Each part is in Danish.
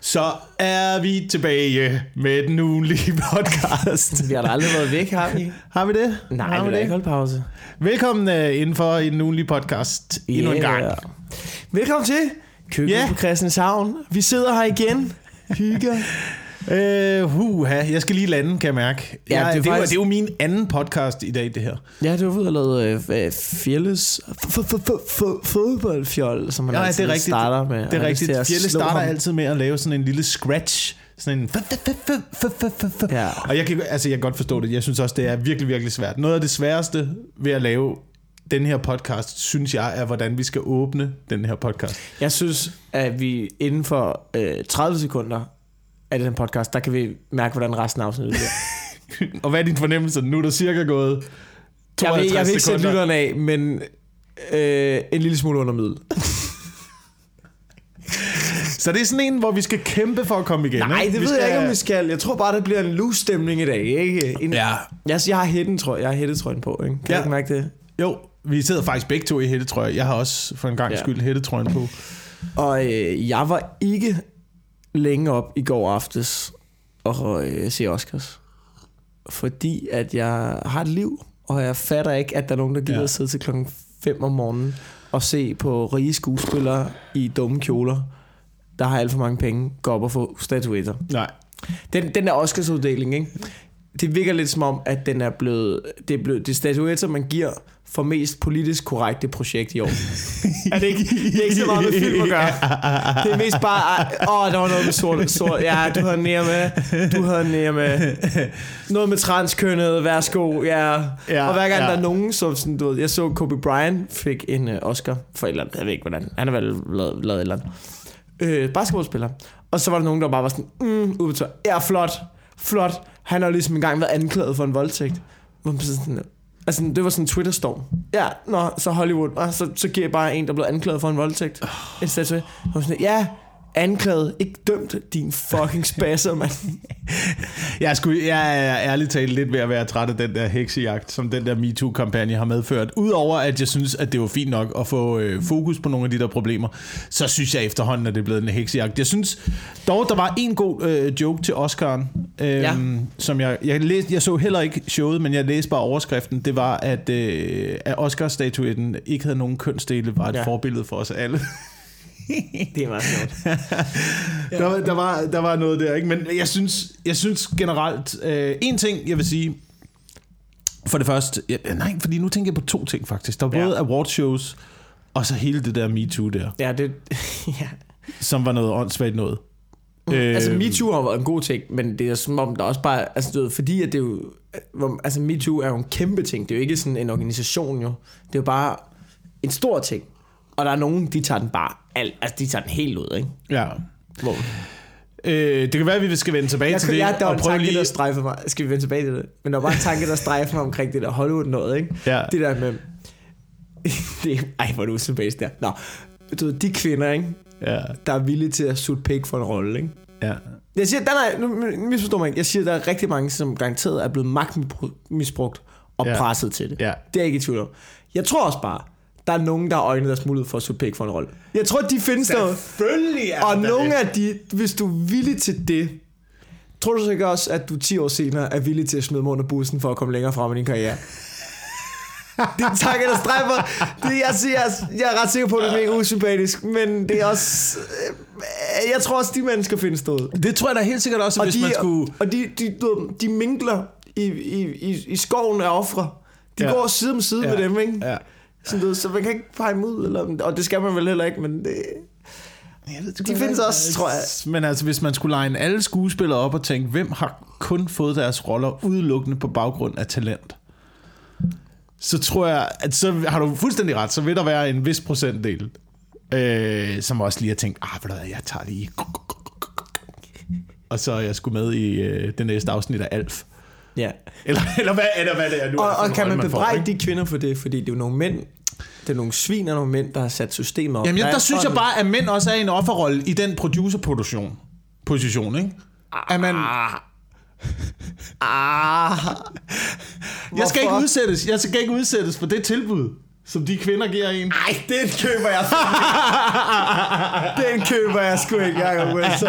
Så er vi tilbage med den ugenlige podcast. Vi har da aldrig været væk, har vi? Har vi det? Nej, vi har ikke holdt pause. Velkommen indenfor i den ugenlige podcast endnu en gang. Velkommen til Køkken på Christianshavn. Vi sidder her igen. Hygger. Jeg skal lige lande, kan jeg mærke. Det er jo min anden podcast i dag, det her. Ja, du har lavet Fjelles fodboldfjold, som man altid starter med. Det er rigtigt. Fjelle starter altid med at lave sådan en lille scratch. Sådan en... Ja. Og jeg kan godt forstå det. Jeg synes også, det er virkelig, virkelig svært. Noget af det sværeste ved at lave den her podcast, synes jeg, er, hvordan vi skal åbne den her podcast. Jeg synes, at vi inden for 30 sekunder af den podcast, der kan vi mærke, hvordan resten af afsnittet bliver. Og hvad er din fornemmelse? Nu er der cirka gået 52 sekunder. Jeg vil ikke sætte lytterne af, men en lille smule under middel. Så det er sådan en, hvor vi skal kæmpe for at komme igen. Nej, ikke? Det ved jeg ikke, om vi skal. Jeg tror bare, det bliver en loose stemning i dag. Ikke? Jeg har hættetrøjen på. Ikke? Kan du mærke det? Jo, vi sidder faktisk begge to i hættetrøje. Jeg har også for en gang skyld hættetrøjen på. Og jeg var ikke længe op i går aftes og se Oscars. Fordi at jeg har et liv, og jeg fatter ikke, at der er nogen, der gider at sidde til klokken 5 om morgenen og se på rige skuespillere i dumme kjoler, der har alt for mange penge, gå op og få statuetter. Nej. Den der Oscarsuddeling, ikke? Det virker lidt som om, at den er blevet... Det statuetter, man giver for mest politisk korrekte projekt i år. Er det ikke så meget med film at gøre. Det er mest bare... der var noget med sort. Ja, du havde nære med. Noget med transkønnet, værsgo. Ja. Og hver gang der er nogen, som sådan, du ved... Jeg så Kobe Bryant fik en Oscar for et eller andet. Jeg ved ikke, hvordan. Han har vel lavet et eller andet. Basketballspiller. Og så var der nogen, der bare var sådan... udbetalt. Ja, flot. Han har ligesom engang været anklaget for en voldtægt. Altså, det var sådan en Twitter-storm. Ja, så Hollywood. Og så giver jeg bare en, der blev anklaget for en voldtægt. Ja, anklaget, ikke dømt, din fucking spasser, mand. Jeg er ærligt talt lidt ved at være træt af den der heksejagt, som den der MeToo-kampagne har medført. Udover at jeg synes, at det var fint nok at få fokus på nogle af de der problemer, så synes jeg efterhånden, at det er blevet en heksejagt. Jeg synes dog, der var en god joke til Oscaren, som jeg så heller ikke showet, men jeg læste bare overskriften. Det var, at Oscar-statuetten ikke havde nogen kønsdele, var et forbillede for os alle. Det er meget sjovt. Der var noget der, ikke? Men jeg synes generelt en ting, jeg vil sige. For det første, fordi nu tænker jeg på to ting faktisk. Der var både awardshows og så hele det der MeToo der. Ja, det som var noget åndssvagt noget. Altså MeToo har været en god ting, men det er som om der også bare, altså fordi at det jo, altså MeToo er jo en kæmpe ting. Det er jo ikke sådan en organisation jo. Det er jo bare en stor ting. Og der er nogen, de tager den bare de tager den helt ud, ikke? Ja. Hvor? Det kan være, at vi skal vende tilbage til det. Der var en tanke, der strejfer mig. Skal vi vende tilbage til det? Men der var en tanke, der strejfer mig omkring det der Hollywood noget, ikke? Ja. Det der med... hvor er du usædvanligt der. Nå, du ved, de kvinder, ikke? Ja. Der er villige til at sutte pik for en rolle, ikke? Ja. Jeg siger, nu misforstår mig ikke. Jeg siger, der er rigtig mange, som garanteret er blevet magtmisbrugt og presset til det. Ja. Det er jeg ikke i tvivl om. Jeg tror også bare, der er nogen, der har øjnene deres mulighed for at sutte pik for en rolle. Jeg tror, de findes der. Selvfølgelig er og nogle af de, hvis du er villig til det, tror du så ikke også, at du 10 år senere er villig til at smide mig under bussen for at komme længere frem i din karriere? Det er tanke, der stræber. Jeg er ret sikker på, at det er mega usympatisk, men det er også... Jeg tror også, de mennesker findes derude. Det tror jeg da helt sikkert også, hvis man skulle... Og de minkler i skoven af ofre. De går side om side med dem, ikke? Ja. Så man kan ikke pege dem ud, og det skal man vel heller ikke, men det... De findes også, tror jeg. Men altså, hvis man skulle line alle skuespillere op og tænke, hvem har kun fået deres roller udelukkende på baggrund af talent, så tror jeg, at så har du fuldstændig ret, så vil der være en vis procentdel, som også lige har tænkt, jeg tager lige... Og så er jeg sgu med i det næste afsnit af Alf. Ja. Eller hvad det er nu. Og kan man bebrejde de kvinder for det, fordi det er jo nogle mænd, det er nogle svin og nogle mænd, der har sat systemet op. Jamen der synes jeg bare, at mænd også er en offerrolle i den producer-position, ikke? At man... Jeg skal ikke udsættes for det tilbud, som de kvinder giver en. Ej, den køber jeg. Den køber jeg sgu ikke, Jacob Wilson.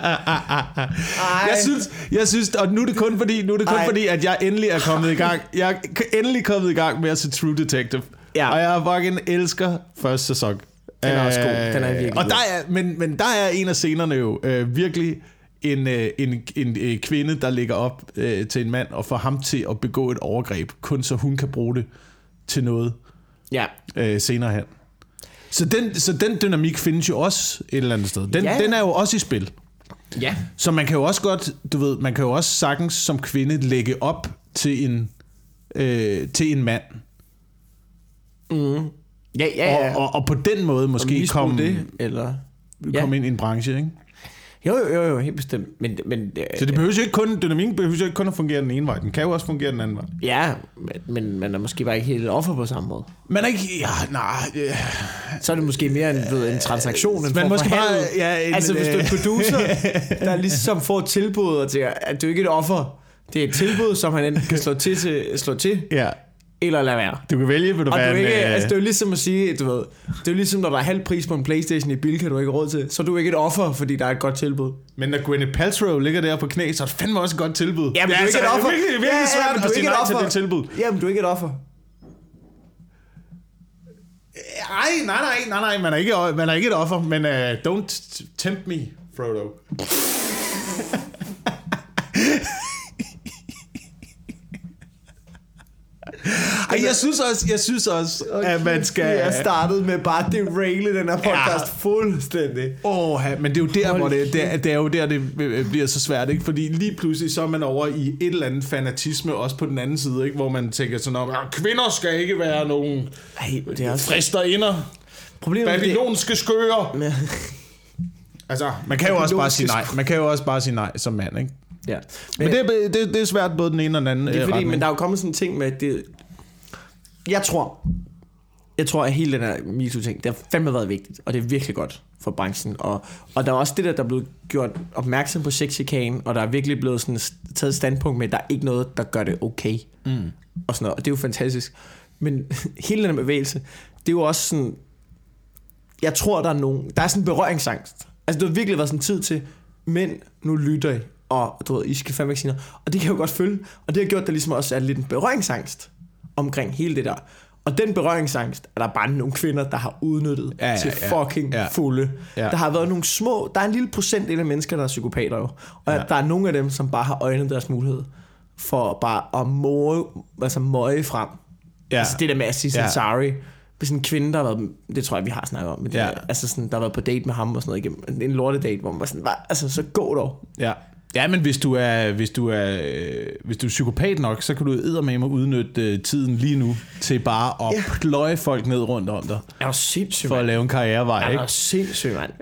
Jeg synes, og nu er det kun fordi, at jeg endelig er kommet i gang. Jeg er endelig kommet i gang med at se True Detective. Ja. Og jeg fucking elsker første sæson. Den er også god. Den er virkelig og men der er en af scenerne jo virkelig en kvinde, der ligger op til en mand og får ham til at begå et overgreb, kun så hun kan bruge det til noget senere hen. Så den dynamik findes jo også et eller andet sted. Den er jo også i spil. Ja. Så man kan jo også godt, man kan jo også sagtens som kvinde lægge op til en mand. Mm. Ja. Og på den måde måske komme ind i en branche, ikke? Jo, helt bestemt. Men, så det behøver jo ikke kun, dynamikken behøver jo ikke kun at fungere den ene vej. Den kan jo også fungere den anden vej. Ja, men man er måske bare ikke helt offer på samme måde. Man er ikke... Så er det måske mere en transaktion. Man måske bare... Altså hvis du er en producer, der ligesom får et tilbud, og tænker, at du ikke er et offer. Det er et tilbud, som han enten kan slå til. Ja. Eller lade være. Du kan vælge, vil du være det er jo ligesom at sige, det er jo ligesom, når der er halv pris på en PlayStation i bil, kan du ikke råd til. Så er du ikke et offer, fordi der er et godt tilbud. Men når Gwyneth Paltrow ligger der på knæ, så er det fandme også et godt tilbud. Jamen, du er ikke et offer. Det er virkelig svært at sige nej til det tilbud. Jamen, du er ikke et offer. Nej, man er ikke et offer, men don't tempt me, Frodo. Jeg synes også, at man skal... Jeg startede med bare at deraile den her podcast fuldstændig. Men det er jo der, hvor det er jo der, det bliver så svært, ikke? Fordi lige pludselig så er man over i et eller andet fanatisme, også på den anden side, ikke? Hvor man tænker sådan om, kvinder skal ikke være nogen fristerinder. Babylonske skøger. Altså, man kan jo også bare sige nej. Man kan jo også bare sige nej som mand, ikke? Ja. Men det er svært både den ene og den anden. Det er fordi, men der er jo kommet sådan en ting med det. Jeg tror at hele den her MeToo-ting, det har fandme været vigtigt, og det er virkelig godt for branchen. Og der er også det der er blevet gjort opmærksom på sexchikane, og der er virkelig blevet sådan taget standpunkt med, at der er ikke noget, der gør det okay. Og sådan noget, og det er jo fantastisk. Men hele den her bevægelse, det er jo også sådan, jeg tror, der er sådan en berøringsangst. Altså det har virkelig været sådan tid til, mænd, nu lytter I, og du ved, I skal fandme ikke sige noget. Og det kan jeg jo godt følge, og det har gjort, der ligesom også er lidt en berøringsangst omkring hele det der. Og den berøringsangst er der bare nogle kvinder, der har udnyttet til fucking fulde. Ja. Der har været nogle små, der er en lille procentdel af mennesker, der er psykopater jo. Og der er nogle af dem, som bare har øjnet deres mulighed for bare at møje frem. Ja. Altså det der med at sige sorry. Hvis en kvinde, der har været, det tror jeg, vi har snakket om, men altså sådan, der har været på date med ham og sådan noget igennem, en lortedate, hvor man var sådan, altså så gå dog. Ja, men hvis du er psykopat nok, så kan du eddermame udnytte tiden lige nu til bare at pløje folk ned rundt om dig. Jeg er sindssygt, for at lave en karrierevej, ikke? Jeg er sindssygt, mand.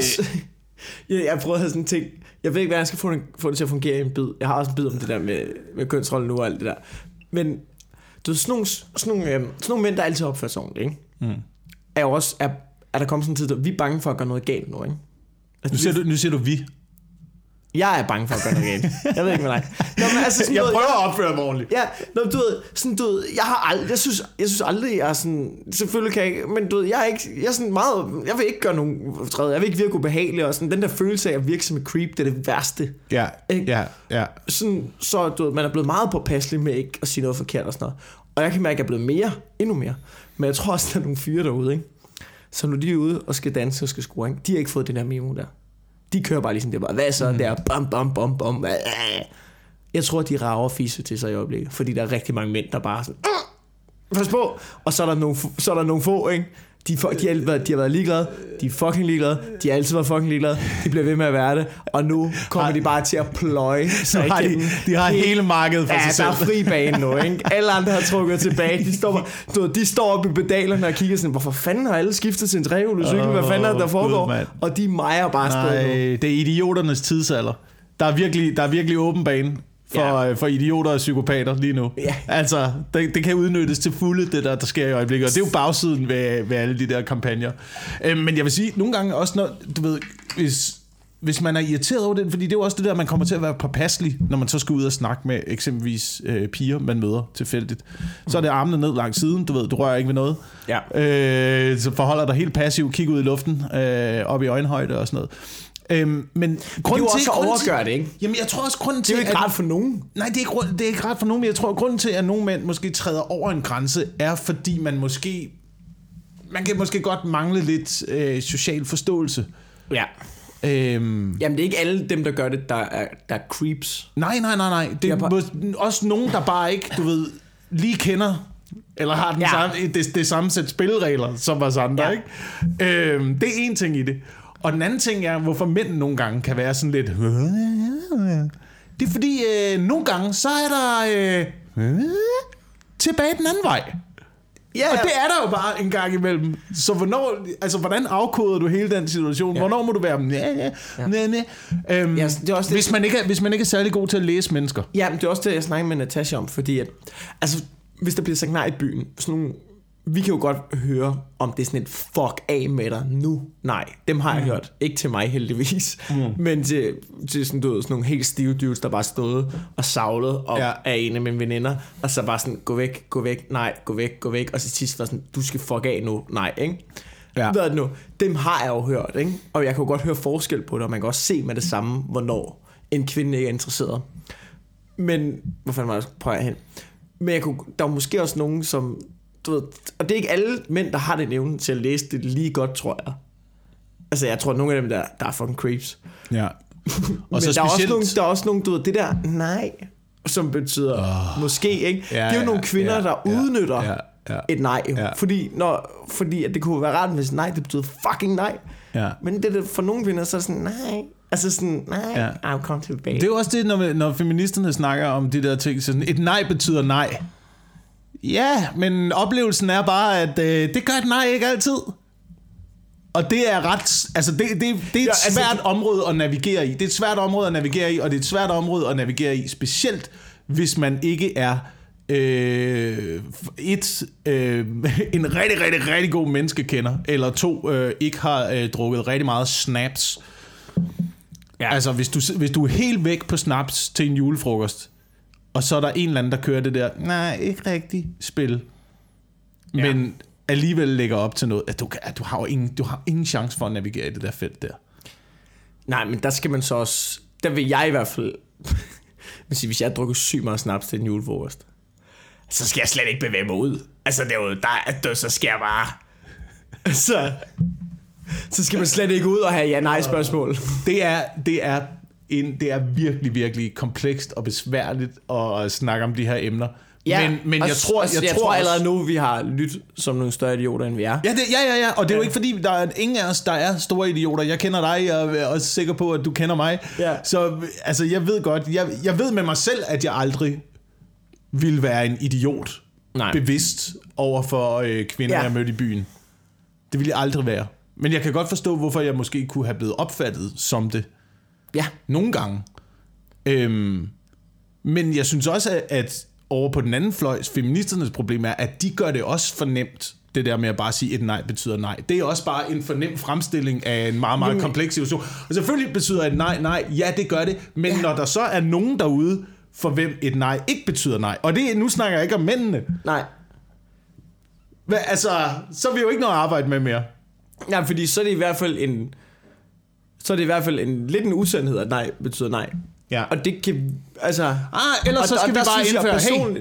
Jeg prøvede at have sådan en ting. Jeg ved ikke, hvad jeg skal få det til at fungere i en bid. Jeg har også en bid om det der med kønsrolle nu og alt det der. Men du ved, sådan nogle mænd, der altid opfører sig ordentligt, ikke? Er der kommet sådan en tid, der vi er bange for at gøre noget galt nu, ikke? Altså, nu siger du vi. Jeg er bange for at gøre noget galt. Jeg ved ikke med dig. Altså, jeg prøver at opføre mig ordentligt. Ja, du ved, jeg synes aldrig, jeg er sådan, selvfølgelig kan jeg ikke, men du ved, jeg er sådan meget, jeg vil ikke gøre nogen træde, jeg vil ikke virke ubehagelig, og sådan den der følelse af at virke som et creep, det er det værste. Ja. Sådan, så du ved, man er blevet meget påpasselig med ikke at sige noget forkert og sådan noget. Og jeg kan mærke, at jeg er blevet endnu mere. Men jeg tror også, at der er nogle fyre derude, ikke? Så når de er ude og skal danse og skal score, ikke? De har ikke fået den der memo der. De kører bare ligesom det bare, hvad så der, bam. Jeg tror, de rager fisse til sig i øjeblikket, fordi der er rigtig mange mænd, der bare sådan, pas på, og så er der nogle få, ikke? De har været ligeglade, de er fucking ligeglade, de har altid været fucking ligeglade, de bliver ved med at være det, og nu kommer de bare til at pløje sig igennem. De har hele markedet for sig selv. Ja, der er fri bane nu, ikke? Alle andre har trukket tilbage, de står oppe i pedalerne og kigger sådan, hvorfor fanden har alle skiftet til en trehjulet cykel, hvad fanden er der foregår? Og de mejer bare stadig nu. Det er idioternes tidsalder. Der er virkelig åben bane for idioter og psykopater lige nu. Ja. Altså, det kan udnyttes til fulde, det der sker i øjeblikket. Og det er jo bagsiden ved alle de der kampagner. Men jeg vil sige, nogle gange også, når, du ved, hvis man er irriteret over det, fordi det er jo også det der, man kommer til at være påpasselig, når man så skal ud og snakke med eksempelvis piger, man møder tilfældigt. Så er det armene ned langs siden, du ved, du rører ikke ved noget. Ja. Så forholder dig helt passivt, kigger ud i luften, op i øjenhøjde og sådan noget. Men grunden til at overgøre det, ikke? Jamen, jeg tror også, grunden til... Det er jo ikke rart for nogen. Nej, det er ikke rart for nogen, men jeg tror, grunden til, at nogle mænd måske træder over en grænse, er fordi man kan måske godt mangle lidt social forståelse. Ja. Jamen, det er ikke alle dem, der gør det, der er creeps. Nej. Det er også nogen, der bare ikke, du ved, lige kender... Eller har den samme, det samme sæt spilleregler, som os andre, ikke? Det er en ting i det. Og den anden ting er, hvorfor mænd nogle gange kan være sådan lidt... Det er fordi, nogle gange, så er der tilbage den anden vej. Yeah. Og det er der jo bare en gang imellem. Så hvordan afkoder du hele den situation? Yeah. Hvornår må du være... Det er også det. Hvis man ikke er særlig god til at læse mennesker. Ja, men det er også det, jeg snakker med Natasha om, fordi at, altså, hvis der bliver sagt nej i byen, sådan nogle, vi kan jo godt høre, om det er sådan et fuck af med dig nu. Nej, dem har jeg hørt. Ikke til mig heldigvis, men til sådan, du ved, sådan nogle helt stive dudes, der bare stod og savlede op af en af mine veninder, og så bare sådan, gå væk, nej, gå væk, og så sidst var sådan, du skal fuck af nu, nej, ikke? Ja. Hvad er det nu? Dem har jeg jo hørt, ikke? Og jeg kan jo godt høre forskel på det, og man kan også se med det samme, hvornår en kvinde ikke er interesseret. Men, hvor fanden var jeg prøver hen? Men der er måske også nogen, som... Du ved, og det er ikke alle mænd, der har den evne til at læse det lige godt, tror jeg. Altså, jeg tror, at nogle af dem, der er fucking creeps. Ja. Og men så der er også nogle, du ved, det der nej, som betyder måske, ikke? Det er jo nogle kvinder, der udnytter et nej. Ja. Fordi at det kunne være rart, hvis nej, det betyder fucking nej. Ja. Men det for nogle kvinder, så er sådan, nej. Altså sådan, nej, I'll come to baby. Det er jo også det, når feministerne snakker om de der ting, så sådan, et nej betyder nej. Ja, men oplevelsen er bare, at det gør et nej ikke altid. Og det er ret... Altså, det er et svært område at navigere i. Det er et svært område at navigere i, og det er et svært område at navigere i, specielt hvis man ikke er en rigtig, rigtig, rigtig god menneskekender, eller to, ikke har drukket rigtig meget snaps. Ja. Altså, hvis du er helt væk på snaps til en julefrokost, og så er der en eller anden, der kører det der, nej, ikke rigtig spil, men alligevel lægger op til noget, at du har ingen chance for at navigere i det der felt der. Nej, men der skal man så også, der vil jeg i hvert fald, hvis jeg drukker sygt meget snaps til en julefrokost, så skal jeg slet ikke bevæge mig ud. Altså, det er jo, så skal jeg bare, så skal man slet ikke ud og have ja-nej-spørgsmål. Det er virkelig, virkelig komplekst og besværligt at snakke om de her emner. Ja, men jeg tror allerede nu, vi har lyttet som nogle større idioter, end vi er. Ja, og det er jo ikke fordi, der er ingen af os, der er store idioter. Jeg kender dig, og jeg er også sikker på, at du kender mig. Ja. Så altså, jeg ved godt, jeg ved med mig selv, at jeg aldrig vil være en idiot. Nej. Bevidst over for kvinder, jeg mødte i byen. Det vil jeg aldrig være. Men jeg kan godt forstå, hvorfor jeg måske kunne have blevet opfattet som det. Ja. Nogle gange. Men jeg synes også, at over på den anden fløj, feministernes problem er, at de gør det også for nemt, det der med at bare sige, et nej betyder nej. Det er også bare en fornem fremstilling af en meget, meget kompleks situation. Og selvfølgelig betyder et nej, ja, det gør det. Men når der så er nogen derude, for hvem et nej ikke betyder nej, og nu snakker jeg ikke om mændene. Nej. Altså, så er vi jo ikke noget at arbejde med mere. Ja, fordi så er det i hvert fald lidt en usandhed, at nej betyder nej. Ja. Og det kan, altså... ellers så skal vi bare indføre,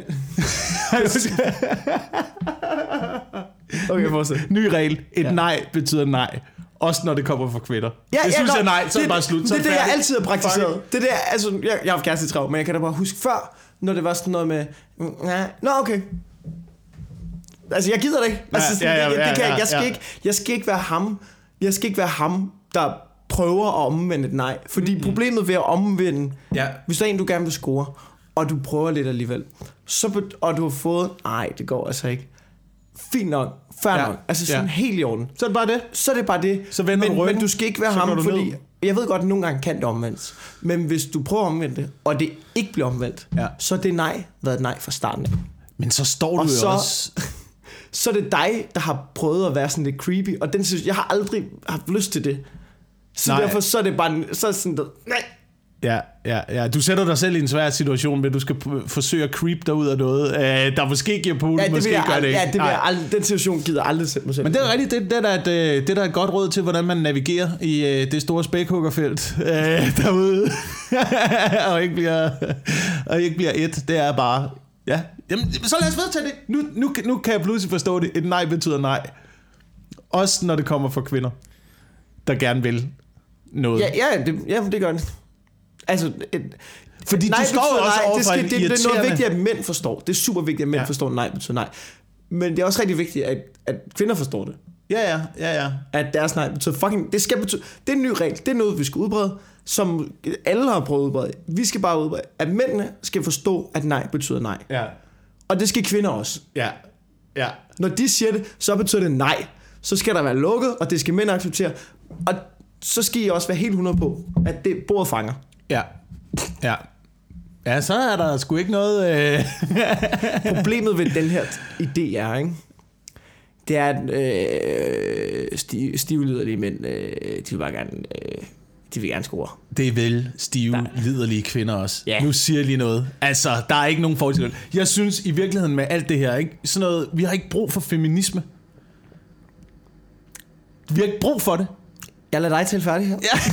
Okay, fortsæt. Ny regel. Et nej betyder nej. Også når det kommer fra kvinder. Ja, det synes jeg nej, så er det bare slut. Det er det, jeg altid har praktiseret. Det der, altså, jeg har kæreste travlt, men jeg kan da bare huske før, når det var sådan noget med... okay. Altså, jeg gider det ikke. Altså, jeg skal ikke være ham. Jeg skal ikke være ham, der prøver at omvende et nej. Fordi problemet ved at omvende, hvis der er en, du gerne vil score, og du prøver lidt alligevel, og du har fået, nej, det går altså ikke. Fint nok, fair nok, altså sådan helt i orden. Så er det bare det. Så er det bare det. Så vender du ryggen. Men du skal ikke være ham, fordi jeg ved godt, at nogle gange kan det omvendes. Men hvis du prøver at omvende det, og det ikke bliver omvendt, så er det nej været et nej fra starten. Men så står du jo også... Så er det dig, der har prøvet at være sådan lidt creepy, og jeg har aldrig haft lyst til det. Så derfor så er det bare, så er det sådan, nej. Ja. Du sætter dig selv i en svær situation, men du skal forsøge at creep dig ud af noget, der måske giver på, måske gør det ikke. Ja, det vil jeg aldrig, den situation gider aldrig sætte mig selv. Men det er rigtigt, det der er et godt råd til, hvordan man navigerer i det store spækhuggerfelt derude, og ikke bliver et. Det er bare, ja. Jamen, så lad os vedtage det. Nu kan jeg pludselig forstå det. Et nej betyder nej. Også når det kommer fra kvinder, der gerne vil noget. Det gør det. Altså, fordi nej, du står jo også overfor det er noget vigtigt, at mænd forstår. Det er super vigtigt, at mænd forstår, nej betyder nej. Men det er også rigtig vigtigt, at kvinder forstår det. Ja. At deres nej betyder fucking... Det er en ny regel. Det er noget, vi skal udbrede, som alle har prøvet at udbrede. Vi skal bare udbrede, at mændene skal forstå, at nej betyder nej. Ja. Og det skal kvinder også. Ja. Når de siger det, så betyder det nej. Så skal der være lukket, og det skal mænd acceptere. Og så skal I også være helt 100 på, at det bordet fanger. Ja, så er der sgu ikke noget... Problemet ved den her idé er, ikke? Det er, at stivliderlige mænd, de vil gerne score. Det er vel liderlige kvinder også. Ja. Nu siger jeg lige noget. Altså, der er ikke nogen forskel. Jeg synes i virkeligheden med alt det her, ikke? Sådan noget, vi har ikke brug for feminisme. Vi har ikke brug for det. Jeg lader dig tale færdig her. Ja.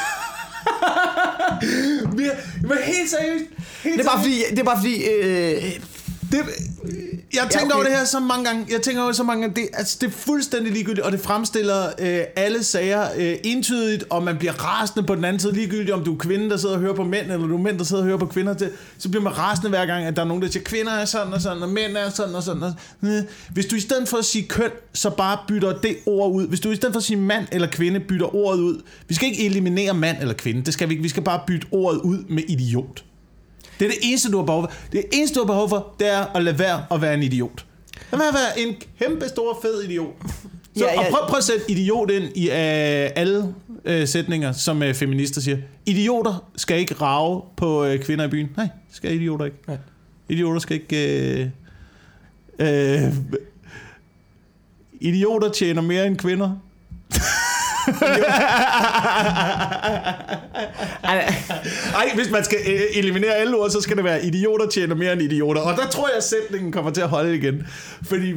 Men helt seriøst. Det er bare fordi jeg har tænkt over det her så mange gange. Det er fuldstændig ligegyldigt, og det fremstiller alle sager entydigt, og man bliver rasende på den anden side. Ligegyldigt om du er kvinde, der sidder og hører på mænd, eller du er mænd, der sidder og hører på kvinder. Så bliver man rasende hver gang, at der er nogen, der siger, kvinder er sådan og sådan, og mænd er sådan og sådan. Hvis du i stedet for at sige køn, så bare bytter det ord ud. Hvis du i stedet for at sige mand eller kvinde, bytter ordet ud. Vi skal ikke eliminere mand eller kvinde. Det skal vi ikke. Vi skal bare bytte ordet ud med idiot. Det er det eneste, du har behov for. Det eneste, du har behov for, det er at lade være at være en idiot. Lad være en kæmpe stor fed idiot. Så, og prøv at sætte idiot ind i alle sætninger, som feminister siger. Idioter skal ikke rage på kvinder i byen. Nej, skal idioter ikke. Nej. Idioter skal ikke... idioter tjener mere end kvinder. Ej, hvis man skal eliminere alle ord, så skal det være idioter tjener mere end idioter. Og der tror jeg, at sætningen kommer til at holde igen. Fordi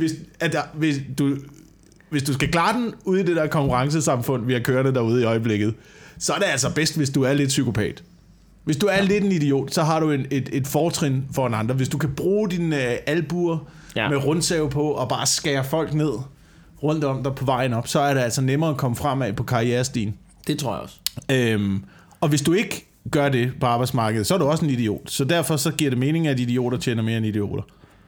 hvis du skal klare den ude i det der konkurrencesamfund, vi har kørende derude i øjeblikket, så er det altså bedst, hvis du er lidt psykopat. Hvis du er lidt en idiot, så har du et fortrin foran andre. Hvis du kan bruge dine albuer med rundsave på og bare skære folk ned rundt om dig på vejen op, så er det altså nemmere at komme fremad på karrierestien. Det tror jeg også. Og hvis du ikke gør det på arbejdsmarkedet, så er du også en idiot. Så derfor så giver det mening, at idioter tjener mere end idioter.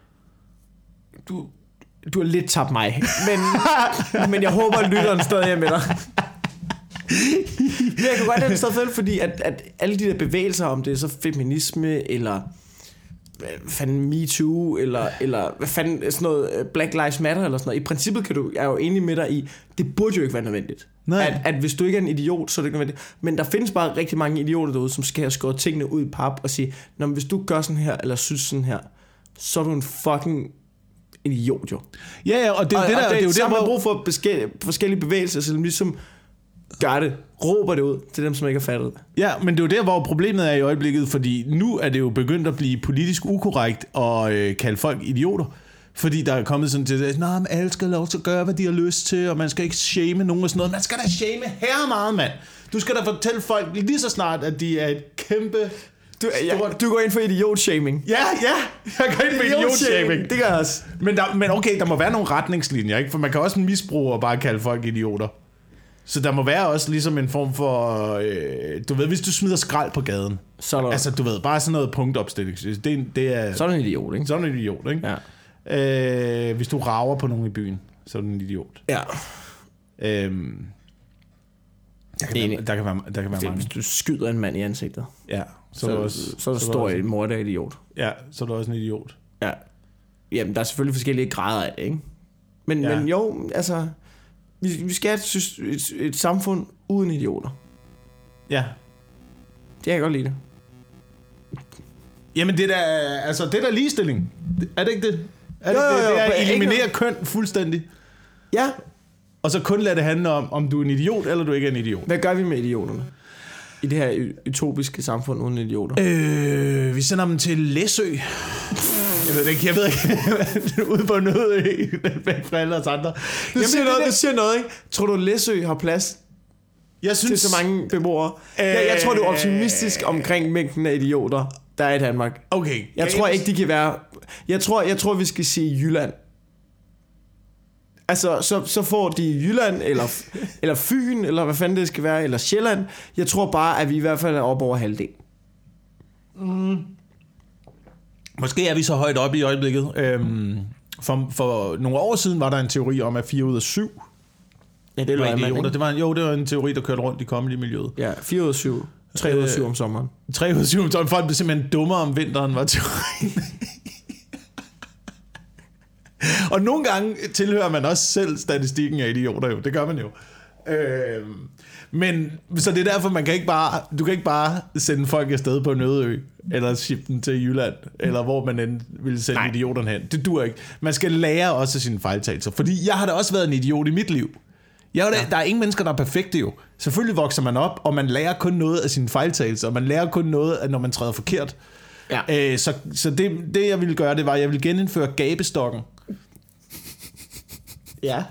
Du har lidt tabt mig, men jeg håber, at lytteren stadig er med dig. Men jeg kan godt have det stadig fordi at alle de der bevægelser, om det er så feminisme, eller fanden MeToo, eller hvad fanden sådan noget Black Lives Matter, eller sådan noget. I princippet jeg er jo enig med dig i, det burde jo ikke være nødvendigt. At hvis du ikke er en idiot, så er det ikke nødvendigt. Men der findes bare rigtig mange idioter derude, som skal have skåret tingene ud i pap og sige, når hvis du gør sådan her, eller synes sådan her, så er du en fucking idiot jo. Ja, og det er jo det der, det er jo der, hvor man brug for forskellige bevægelser, som ligesom gør det, råber det ud til dem, som ikke har fattet det. Ja, men det er jo der, hvor problemet er i øjeblikket, fordi nu er det jo begyndt at blive politisk ukorrekt at kalde folk idioter. Fordi der er kommet sådan til, at alle skal lov til at gøre, hvad de har lyst til, og man skal ikke shame nogen og sådan noget. Man skal da shame her meget, mand. Du skal da fortælle folk lige så snart, at de er et kæmpe... Du går ind for idiot-shaming. Ja, jeg går ind for idiot-shaming. Det gør jeg også. Men okay, der må være nogle retningslinjer, ikke? For man kan også misbruge og bare kalde folk idioter. Så der må være også ligesom en form for, du ved, hvis du smider skrald på gaden. Så der... Altså, du ved, bare sådan noget punktopstilling. Det er... Så er du en idiot, ikke? Så er du en idiot, ikke? Ja. Hvis du rager på nogen i byen, så er du en idiot. Ja. Der kan være mange. Hvis du skyder en mand i ansigtet. Ja. Så er du stor en morder idiot. Ja, så er du også en idiot. Ja. Jamen, der er selvfølgelig forskellige grader af det, ikke? Men jo, altså... Vi skal have et samfund uden idioter. Ja. Det kan jeg godt lide det. Jamen det er da ligestilling. Er det ikke det? Det er at eliminere køn fuldstændig. Ja. og så kun lade det handle om du er en idiot, eller du ikke er en idiot. Hvad gør vi med idioterne? I det her utopiske samfund uden idioter? Vi sender dem til Læsø. Jeg ved ikke, ude på noget væk fra alle os andre. Det siger noget, ikke? Tror du, Læsø har plads til så mange beboere? Jeg tror, du er optimistisk omkring mængden af idioter, der er i Danmark. Okay. Jeg tror ikke, de kan være... Jeg tror, vi skal sige Jylland. Altså, så får de Jylland, eller Fyn, eller hvad fanden det skal være, eller Sjælland. Jeg tror bare, at vi i hvert fald er oppe over halvdelen. Måske er vi så højt oppe i øjeblikket. For nogle år siden var der en teori om, at 4 ud af 7 Ja, det var idioter. Det var en teori, der kørte rundt i comedy-miljøet. Ja, 4 ud af 7. 3 ud af 7 om sommeren. 3 ud af 7 om sommeren. Folk blev simpelthen dummere om vinteren, var teorien. Og nogle gange tilhører man også selv statistikken af idioter jo. Det gør man jo. Men så det er derfor, du kan ikke bare sende folk afsted på en øde ø, eller ship dem til Jylland, eller hvor man end vil sende idioterne hen. Det dur ikke. Man skal lære også sine fejltagelser. Fordi jeg har da også været en idiot i mit liv. Der er ingen mennesker, der er perfekte jo. Selvfølgelig vokser man op, og man lærer kun noget af sine fejltagelser, og man lærer kun noget, når man træder forkert. Ja. Så det, jeg ville gøre, det var, at jeg ville genindføre gabestokken. Ja.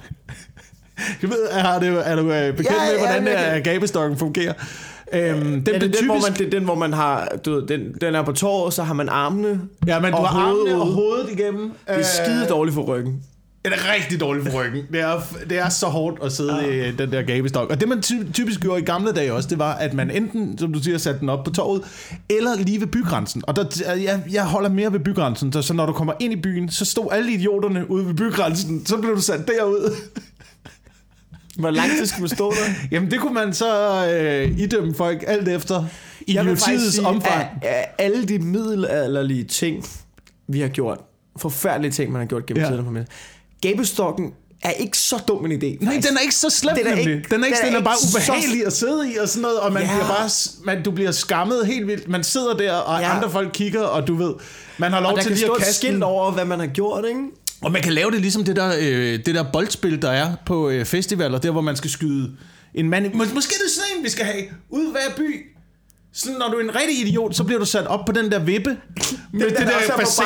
Er du bekendt med, hvordan gabestokken fungerer? Det er den, hvor man har... Den er på tåret, så har man armene. Ja, men du har armene og hovedet igennem. Det er skide dårligt for ryggen. Det er rigtig dårligt for ryggen. Det er så hårdt at sidde i den der gabestok. Og det man typisk gjorde i gamle dage også, det var, at man enten, som du siger, satte den op på torvet, eller lige ved bygrænsen. Og jeg holder mere ved bygrænsen, så når du kommer ind i byen, så stod alle idioterne ude ved bygrænsen, så blev du sat derud. Hvor lang tid skulle man stå der? Jamen det kunne man så idømme folk alt efter idiotiets omfang. Af alle de middelalderlige ting, vi har gjort, forfærdelige ting, man har gjort gennem tiden på mig. Gabestokken er ikke så dum en idé. Faktisk. Nej, den er ikke så slem. Den er bare ubehagelig at sidde i og sådan noget, og man bliver du bliver skammet helt vildt. Man sidder der, og andre folk kigger, og du ved, man har lov til lige at kaste skilt over, hvad man har gjort, ikke? Og man kan lave det ligesom det der boldspil, der er på festivaler, der hvor man skal skyde en mand. Måske det er sådan en, vi skal have ude hver by. Sådan, når du er en rigtig idiot, så bliver du sat op på den der vippe med det der bassin.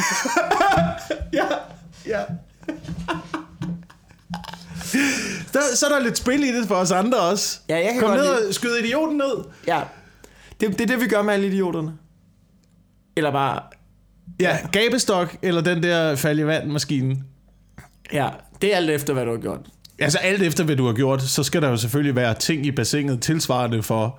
Ja. Så er der lidt spil i det for os andre også. Ja, jeg kan Kom godt ned og skyde idioten ned. Ja, det er det, vi gør med alle idioterne. Eller bare... Ja, gabestok eller den der falde i vand-maskinen. Ja, det er alt efter, hvad du har gjort. Altså alt efter, hvad du har gjort, så skal der jo selvfølgelig være ting i bassinet tilsvarende for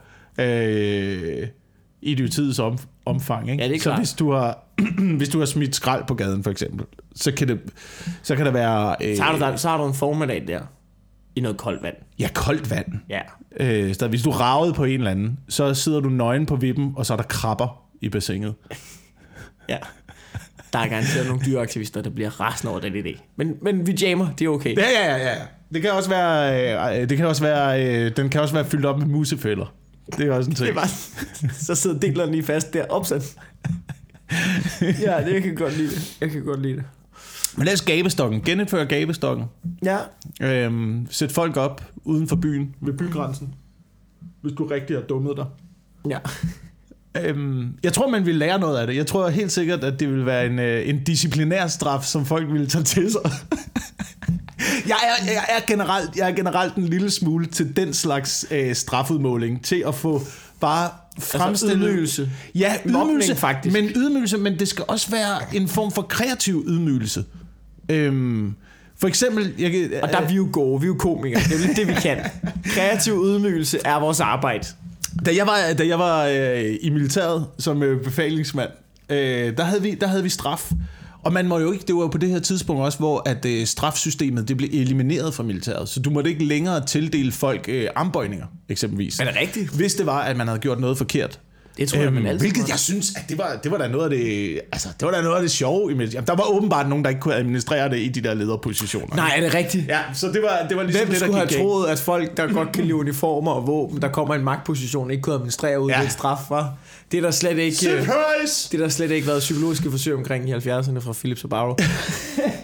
idiotiets omfang. Ikke? Ja, det er klart. Så hvis du har smidt skrald på gaden for eksempel, så kan det være... Så har du en formiddag der i noget koldt vand. Ja, koldt vand. Ja. Så hvis du ravede på en eller anden, så sidder du nøgen på vippen, og så er der krabber i bassinet. Ja. Der er garanteret nogle dyreaktivister, der bliver rasende over den idé. Men vi jammer, det er okay. Ja. Det kan også være, den kan også være fyldt op med musefælder. Det er også en ting. Så sidder delerne lige fast der, opsat. Ja, det kan jeg godt lide det. Men lad os gabestokken. Genindføre gabestokken. Ja. Sæt folk op uden for byen, ved bygrænsen. Hvis du rigtig har dummet dig. Ja. Jeg tror, man vil lære noget af det. Jeg tror helt sikkert, at det vil være en disciplinær straf, som folk vil tage til sig. Jeg er generelt en lille smule til den slags strafudmåling, til at få bare fremstillet... Altså ydmygelse. Ja, ydmygelse, faktisk. Men det skal også være en form for kreativ ydmygelse. For eksempel... Og der er vi jo gode, vi er jo komikere. Det er det, vi kan. Kreativ ydmygelse er vores arbejde. Da jeg var i militæret som befalingsmand, der havde vi straf. Og man må jo ikke, det var jo på det her tidspunkt også, hvor at strafsystemet det blev elimineret fra militæret. Så du måtte ikke længere tildele folk armbøjninger, eksempelvis. Er det rigtigt? Hvis det var, at man havde gjort noget forkert. Det tror jeg, man altid hvilket jeg synes, at det var da noget af det, altså det var da noget af det sjove i militæret. Der var åbenbart nogen, der ikke kunne administrere det i de der lederpositioner. Nej, er det rigtigt? Ja, så det var ligesom hvem det, der skulle have troet, at folk, der godt kan lide uniformer og våben, der kommer en magtposition, ikke kunne administrere ud af et straf fra? Det er der slet ikke... Surprise! Det er der slet ikke været psykologiske forsøg omkring i 70'erne fra Philips og Barrow.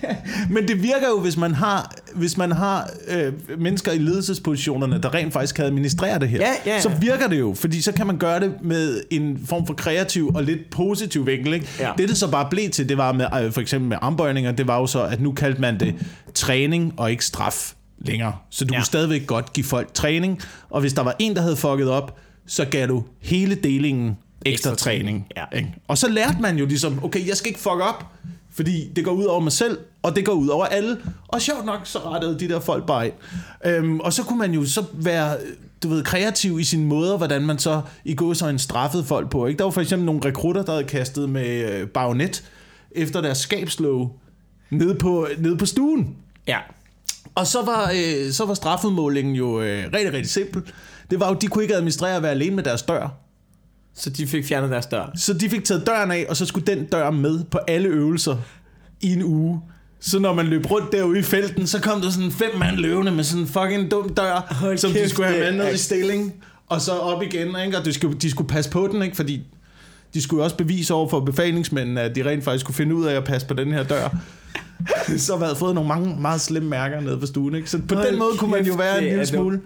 Men det virker jo, hvis man har mennesker i ledelsespositionerne, der rent faktisk kan administrere det her. Ja. Så virker det jo, fordi så kan man gøre det med en form for kreativ og lidt positiv vinkel. Ikke? Ja. Det så bare blev til, det var med, for eksempel med armbøjninger, det var jo så, at nu kaldte man det træning og ikke straf længere. Så du kunne stadigvæk godt give folk træning, og hvis der var en, der havde fucket op, så gav du hele delingen ekstra træning. Ja. Ikke? Og så lærte man jo ligesom, okay, jeg skal ikke fuck op, fordi det går ud over mig selv, og det går ud over alle. Og sjovt nok, så rettede de der folk bare ind. Og så kunne man jo så være, kreativ i sine måder, hvordan man så i gåseøjne straffede folk på. Ikke? Der var for eksempel nogle rekrutter, der havde kastet med bajonet efter deres skabslåge nede på stuen. Ja. Og så var straffudmålingen jo rigtig, rigtig simpel. Det var jo, de kunne ikke administrere at være alene med deres dør. Så de fik fjernet deres dør. Så de fik taget døren af, og så skulle den dør med på alle øvelser i en uge. Så når man løb rundt derude i felten, så kom der sådan 5 mand løvende med sådan en fucking dum dør, som de skulle have med ned i stilling, og så op igen, ikke? Og de skulle passe på den, ikke? Fordi de skulle også bevise over for befalingsmændene, at de rent faktisk kunne finde ud af at passe på den her dør. Så havde fået nogle mange meget slemme mærker nede på stuen, ikke? Så på den måde kunne man jo være en lille smule.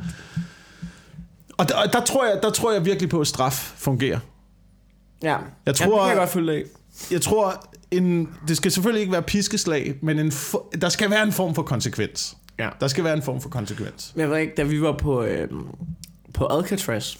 Og der tror jeg virkelig på, at straf fungerer. Ja, det kan jeg godt følge af. Jeg tror, det skal selvfølgelig ikke være piskeslag, men der skal være en form for konsekvens. Ja. Der skal være en form for konsekvens. Jeg ved ikke, da vi var på Alcatraz,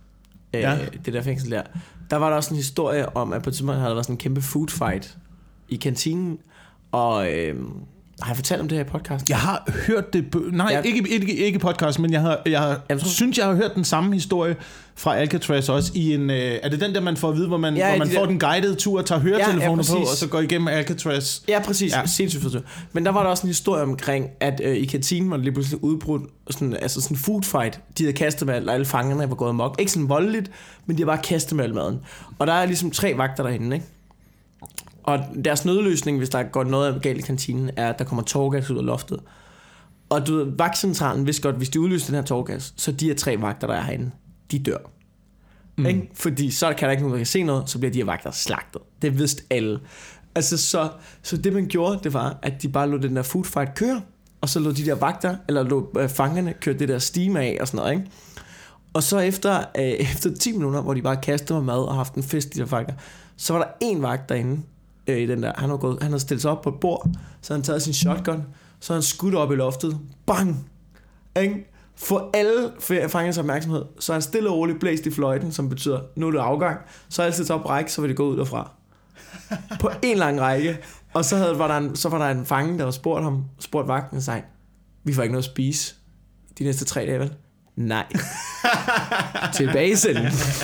det der fængsel der var der også en historie om, at på et tidspunkt havde der været sådan en kæmpe food fight i kantinen, og har jeg fortalt om det her i podcasten? Jeg har hørt det. Ikke i podcast, men jeg har hørt den samme historie fra Alcatraz også i en. Er det den der man får at vide, hvor man får den guidede tur og tager høretelefoner på og så går igennem Alcatraz? Ja, præcis. Ja. Sindssygt forstået. Men der var der også en historie omkring, at i kantinen var der lige pludselig udbrudt sådan en food fight. De havde kastet med alle fangerne, var gået amok. Ikke sådan voldeligt, men de har bare kastet med al maden. Og der er ligesom 3 vagter derinde, ikke? Og deres nødløsning, hvis der går noget galt i kantinen, er, at der kommer tårgas ud af loftet. Og du ved, vagtcentralen vidste godt, hvis de udløser den her tårgas, så de her 3 vagter, der er herinde, de dør. Ikke? Fordi så kan der ikke nogen, der kan se noget, så bliver de her vagter slagtet. Det vidste alle. Altså, så det man gjorde, det var, at de bare lod den der food fight køre, og så lod de der vagter, eller lod fangerne køre det der steam af og sådan noget, ikke? Og så efter 10 minutter, hvor de bare kastede med mad og haft en fest, de der vagter, så var der en vagt derinde, i den der. Han havde stillet sig op på et bord, så han taget sin shotgun, så han skudt op i loftet. Bang! Ikke? For alle fangernes opmærksomhed, så han stille og roligt blæst i fløjten, som betyder, nu er det afgang. Så altid taget op række, så vil det gå ud derfra. På en lang række. Og så var der en fange, der var spurgt vagten og sagde, vi får ikke noget at spise de næste 3 dage, vel? Nej. Tilbagesenden.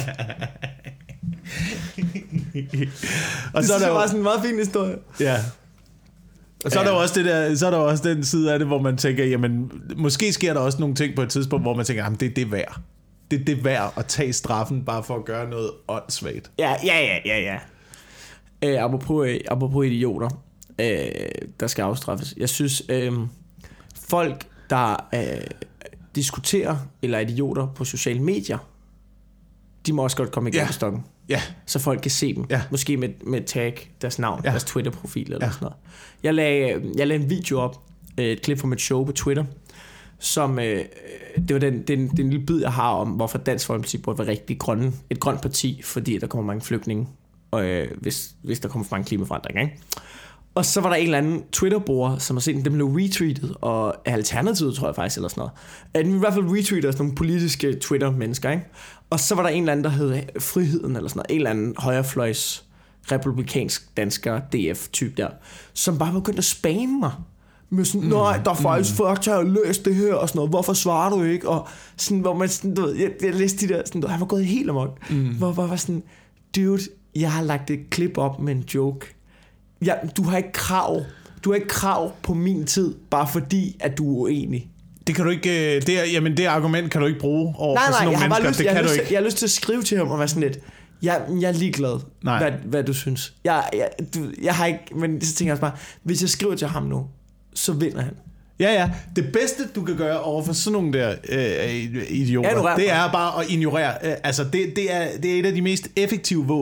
Og så er der bare sådan en meget fin historie. Ja. Og så er der jo også så er der også den side af det, hvor man tænker, jamen måske sker der også nogle ting på et tidspunkt, hvor man tænker, jamen det er det værd. Det er det værd at tage straffen bare for at gøre noget åndssvagt. Ja. Apropos idioter, der skal afstraffes. Jeg synes folk der diskuterer eller idioter på sociale medier, de må også godt komme igennem stokken. Ja. Så folk kan se dem. Ja. Måske med tag, deres navn, deres Twitter-profil eller sådan noget. Jeg lagde en video op, et klip fra mit show på Twitter, som det var den lille bid, jeg har om, hvorfor Dansk Folkeparti burde være rigtig et grønt parti, fordi der kommer mange flygtninge, hvis der kommer for mange klimaforandringer, ikke? Og så var der en eller anden Twitter-bruger, som har set den, den blev retweetet, og Alternativet, tror jeg faktisk, eller sådan noget. Den i hvert fald retweetet af sådan nogle politiske Twitter-mennesker, ikke? Og så var der en eller anden, der hed Friheden, eller sådan noget. En eller anden højrefløjs republikansk dansker DF-type der, som bare begyndte at spamme mig. Med sådan, nej, der er faktisk folk, der har løst det her, og sådan noget. Hvorfor svarer du ikke? Og sådan, hvor man sådan, du ved, jeg læste de der, sådan, han var gået helt amok. Hvor var sådan, dude, jeg har lagt et klip op med en joke. Ja, du har ikke krav på min tid, bare fordi, at du er uenig. Det kan du ikke, det argument kan du ikke bruge over for sådan nogle mennesker. Jeg har lyst til at skrive til ham og være sådan lidt, jeg er ligeglad, hvad du synes. Jeg har ikke, men så tænker jeg også bare, hvis jeg skriver til ham nu, så vinder han. Ja. Det bedste, du kan gøre over for sådan nogle der idioter, det er bare at ignorere. Altså, det er et af de mest effektive våben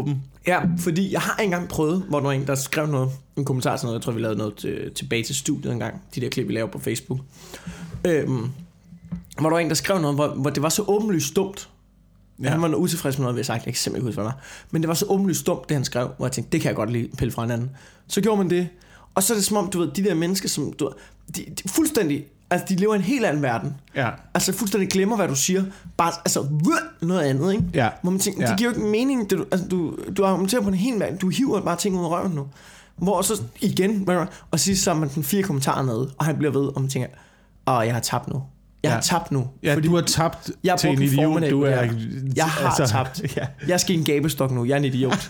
Ja, fordi jeg har engang prøvet, hvor der var en, der skrev noget, en kommentar til noget, jeg tror, vi lavede noget tilbage til studiet engang, de der klip, vi laver på Facebook. Hvor der var en, der skrev noget, hvor det var så åbenlyst dumt. Ja. Han var utilfreds med noget, vi har sagt, jeg kan simpelthen ikke huske, hvad det var. Men det var så åbenlyst dumt, det han skrev, hvor jeg tænkte, det kan jeg godt lige pille fra hinanden. Så gjorde man det, og så er det som om, du ved, de der mennesker, som du ved, de fuldstændig, altså de lever i en helt anden verden. Ja. Altså fuldstændig glemmer, hvad du siger. Bare, altså, noget andet, ikke? Ja. Hvor man tænker, det giver jo ikke mening. Du argumenterer på en helt mand. Du hiver bare ting ud af røven nu. Hvor så igen, og sidst så er man den 4 kommentarer ned, og han bliver ved, og man tænker, jeg har tabt nu. Jeg har tabt nu. Ja, du har tabt til en idiot. Jeg har tabt. Ja. Jeg skal i en gabestok nu. Jeg er en idiot.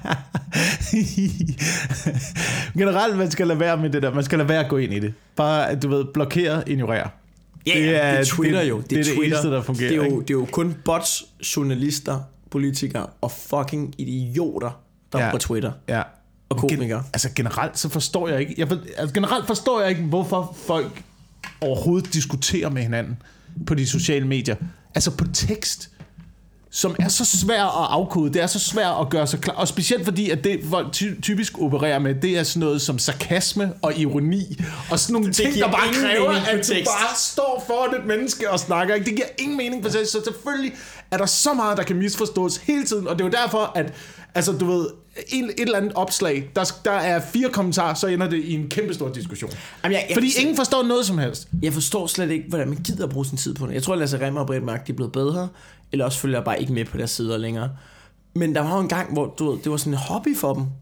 Generelt, man skal lade være med det der. Man skal lade være at gå ind i det. Bare, du ved, blokere, ignorere. Ja, det er Twitter jo. Det er det eneste, der fungerer. Det er jo kun bots, journalister, politikere og fucking idioter, der er på Twitter. Ja. Og komikere. Generelt så forstår jeg ikke. Generelt forstår jeg ikke, hvorfor folk overhovedet diskuterer med hinanden på de sociale medier. Altså på tekst, som er så svær at afkode. Det er så svært at gøre sig klar. Og specielt fordi, at det folk typisk opererer med, det er sådan noget som sarkasme og ironi. Og sådan nogle ting, der bare kræver, at du bare står foran et menneske og snakker. Det giver ingen mening på sig. Så selvfølgelig er der så meget, der kan misforstås hele tiden. Og det er jo derfor, at altså, du ved, et eller andet opslag, der er 4 kommentarer, så ender det i en kæmpe stor diskussion. Jamen, fordi ingen forstår noget som helst. Jeg forstår slet ikke, hvordan man gider bruge sin tid på det. Jeg tror, at Lasse Rimmer og Britt Mørk, de er blevet bedre, eller også følger jeg bare ikke med på deres sider længere. Men der var jo en gang, hvor du ved, det var sådan en hobby for dem.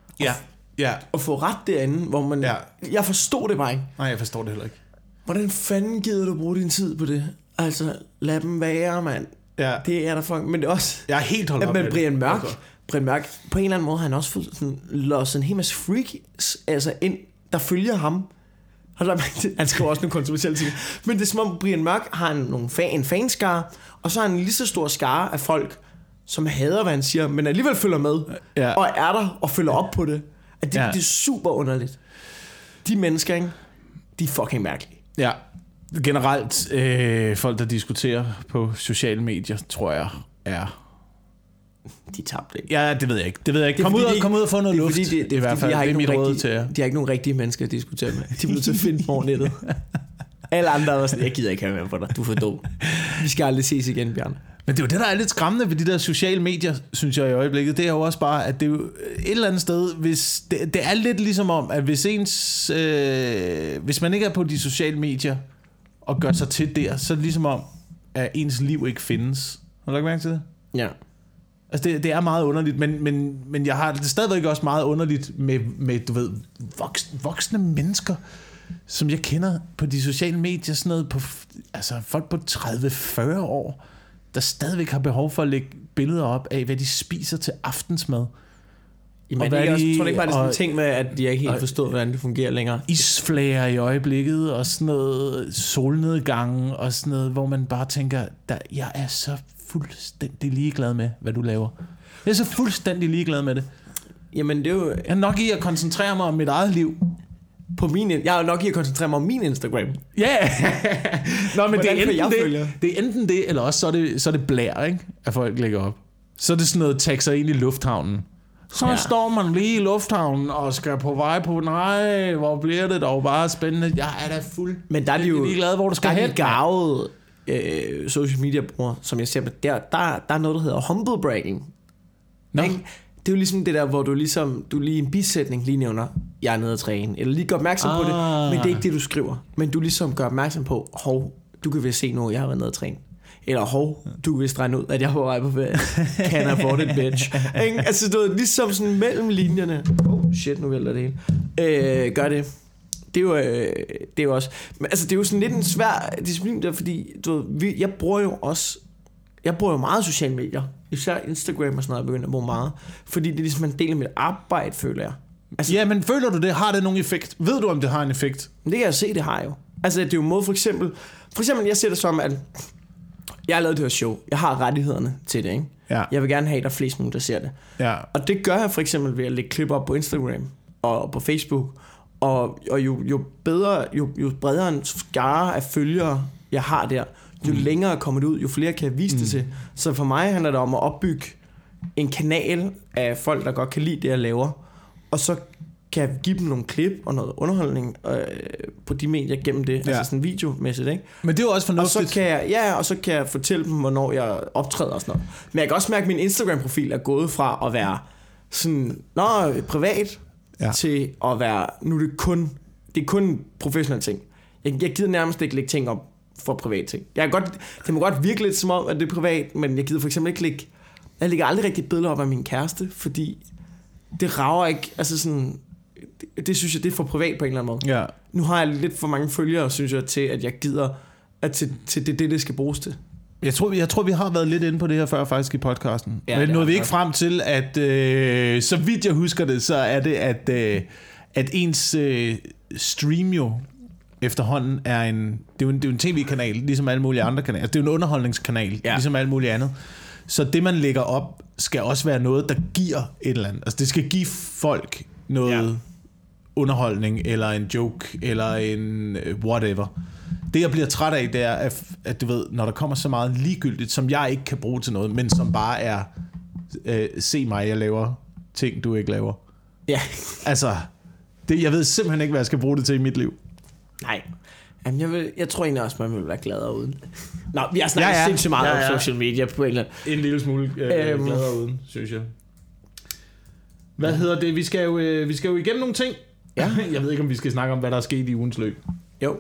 Ja. At få ret derinde, hvor man... Ja. Jeg forstod det bare ikke. Nej, jeg forstår det heller ikke. Hvordan fanden gider du bruge din tid på det? Altså, lad dem være, mand. Ja. Det er der fucking... Men det er også... Jeg er helt holdt op med Brian Mørk. Brian Mørk, på en eller anden måde har han også fået sådan en hel masse freaks, altså ind, der følger ham. Han skriver også nogle kontroversielle ting. Men det er som om Brian Mørk har en fanskare, og så har han en lige så stor skare af folk, som hader, hvad han siger, men alligevel følger med, og er der og følger op på det. At det er super underligt. De mennesker, ikke? De er fucking mærkelige. Ja. Generelt, folk, der diskuterer på sociale medier, tror jeg, er... De tabte ikke. Ja, det ved jeg ikke. Kom ud og få noget luft. Det er i hvert fald det er mit råd til jer. De har ikke nogen rigtige mennesker at diskutere med. De bliver nødt til at finde dem over nettet. Alle andre er sådan, jeg gider ikke have med for dig. Du er for dum. Vi skal aldrig ses igen, Bjørn. Men det er jo det, der er lidt skræmmende ved de der sociale medier, synes jeg i øjeblikket. Det er jo også bare, at det er jo et eller andet sted, hvis det er lidt ligesom om, at hvis man ikke er på de sociale medier og gør sig til der, så er det ligesom om, at ens liv ikke findes. Har du ikke mærke til det? Ja. Altså det er meget underligt, men jeg har det stadigvæk også meget underligt med du ved, voksne mennesker, som jeg kender på de sociale medier, sådan noget på, altså folk på 30-40 år, der stadigvæk har behov for at lægge billeder op af, hvad de spiser til aftensmad. Jamen, tror du ikke bare, det er sådan en ting med, at de ikke helt forstået, hvordan det fungerer længere? Isflager i øjeblikket, og sådan noget solnedgang, og sådan noget, hvor man bare tænker, jeg er så fuldstændig ligeglad med, hvad du laver. Jeg er så fuldstændig ligeglad med det. Jamen, det er jo... Jeg er nok i at koncentrere mig om mit eget liv. Jeg er nok i at koncentrere mig om min Instagram. Ja! Nå, men det er enten det, eller også så er det blær, ikke? At folk lægger op. Så er det sådan noget, tag sig ind i lufthavnen. Så står man lige i lufthavnen og skal på vej på, nej, hvor bliver det dog bare spændende. Jeg er da men der er de jo ligeglad, hvor du skal hen. Garvede social media brugere, som jeg ser, der er noget, der hedder humble bragging. No. Det er jo ligesom det der, hvor du lige en bisætning lige nævner, jeg er nede at træne, eller lige gør opmærksom på det, men det er ikke det, du skriver. Men du ligesom gør opmærksom på, hov, du kan vel se nu, jeg har været nede at træne. Eller hov, du kan vist regne ud, at jeg har på vej på ferie. Can afford it, bitch. Altså, du ved, ligesom sådan mellem linjerne. Shit, nu vælter det hele. Gør det. Det er jo også... Men altså, det er jo sådan lidt en svær disciplin der, fordi du ved, jeg bruger jo meget sociale medier. Især Instagram og sådan noget, jeg begynder at bruge meget. Fordi det er ligesom en del af mit arbejde, føler jeg. Altså, ja, men føler du det? Har det nogen effekt? Ved du, om det har en effekt? Det kan jeg se, det har jo. Altså, det er jo en måde, for eksempel, jeg ser det som, at jeg har lavet det her show. Jeg har rettighederne til det, ikke? Ja. Jeg vil gerne have, at der er flest muligt, der ser det. Ja. Og det gør jeg for eksempel ved at lægge klip op på Instagram og på Facebook. Og jo bedre, jo bredere en skare af følgere, jeg har der, jo længere kommer det ud, jo flere kan jeg vise det til. Så for mig handler det om at opbygge en kanal af folk, der godt kan lide det, jeg laver, og så kan jeg give dem nogle klip og noget underholdning på de medier gennem det, altså sådan videomæssigt, ikke? Men det er jo også fornuftigt. Og så kan jeg fortælle dem, hvornår jeg optræder og sådan noget. Men jeg kan også mærke, at min Instagram-profil er gået fra at være sådan, privat, til at være, nu er det kun professionelle ting. Jeg gider nærmest ikke lægge ting op for private ting. Det må godt virke lidt som om, at det er privat, men jeg gider for eksempel ikke jeg lægger aldrig rigtig billeder op af min kæreste, fordi det rager ikke, altså sådan, det synes jeg, det er for privat på en eller anden måde. Ja. Nu har jeg lidt for mange følgere, synes jeg, til at jeg gider, at til det skal bruges til. Jeg tror, vi har været lidt inde på det her før faktisk i podcasten. Ja, men nåede vi ikke frem til, at så vidt jeg husker det, så er det, at ens stream jo efterhånden er det er jo en tv-kanal, ligesom alle mulige andre kanaler. Det er jo en underholdningskanal, ligesom alle mulige andet. Så det, man lægger op, skal også være noget, der giver et eller andet. Altså, det skal give folk noget underholdning, eller en joke, eller en whatever. Det, jeg bliver træt af, det er, at du ved, når der kommer så meget ligegyldigt, som jeg ikke kan bruge til noget, men som bare er, se mig, jeg laver ting, du ikke laver. Ja. Altså, jeg ved simpelthen ikke, hvad jeg skal bruge det til i mit liv. Nej. Jamen, jeg tror egentlig også, man vil være gladere uden. Nå, vi har snakket sindssygt meget om social media på en eller anden. En lille smule gladere uden, synes jeg. Hvad hedder det? Vi skal jo igennem nogle ting. Ja. Jeg ved ikke, om vi skal snakke om, hvad der er sket i ugens løb. Jo.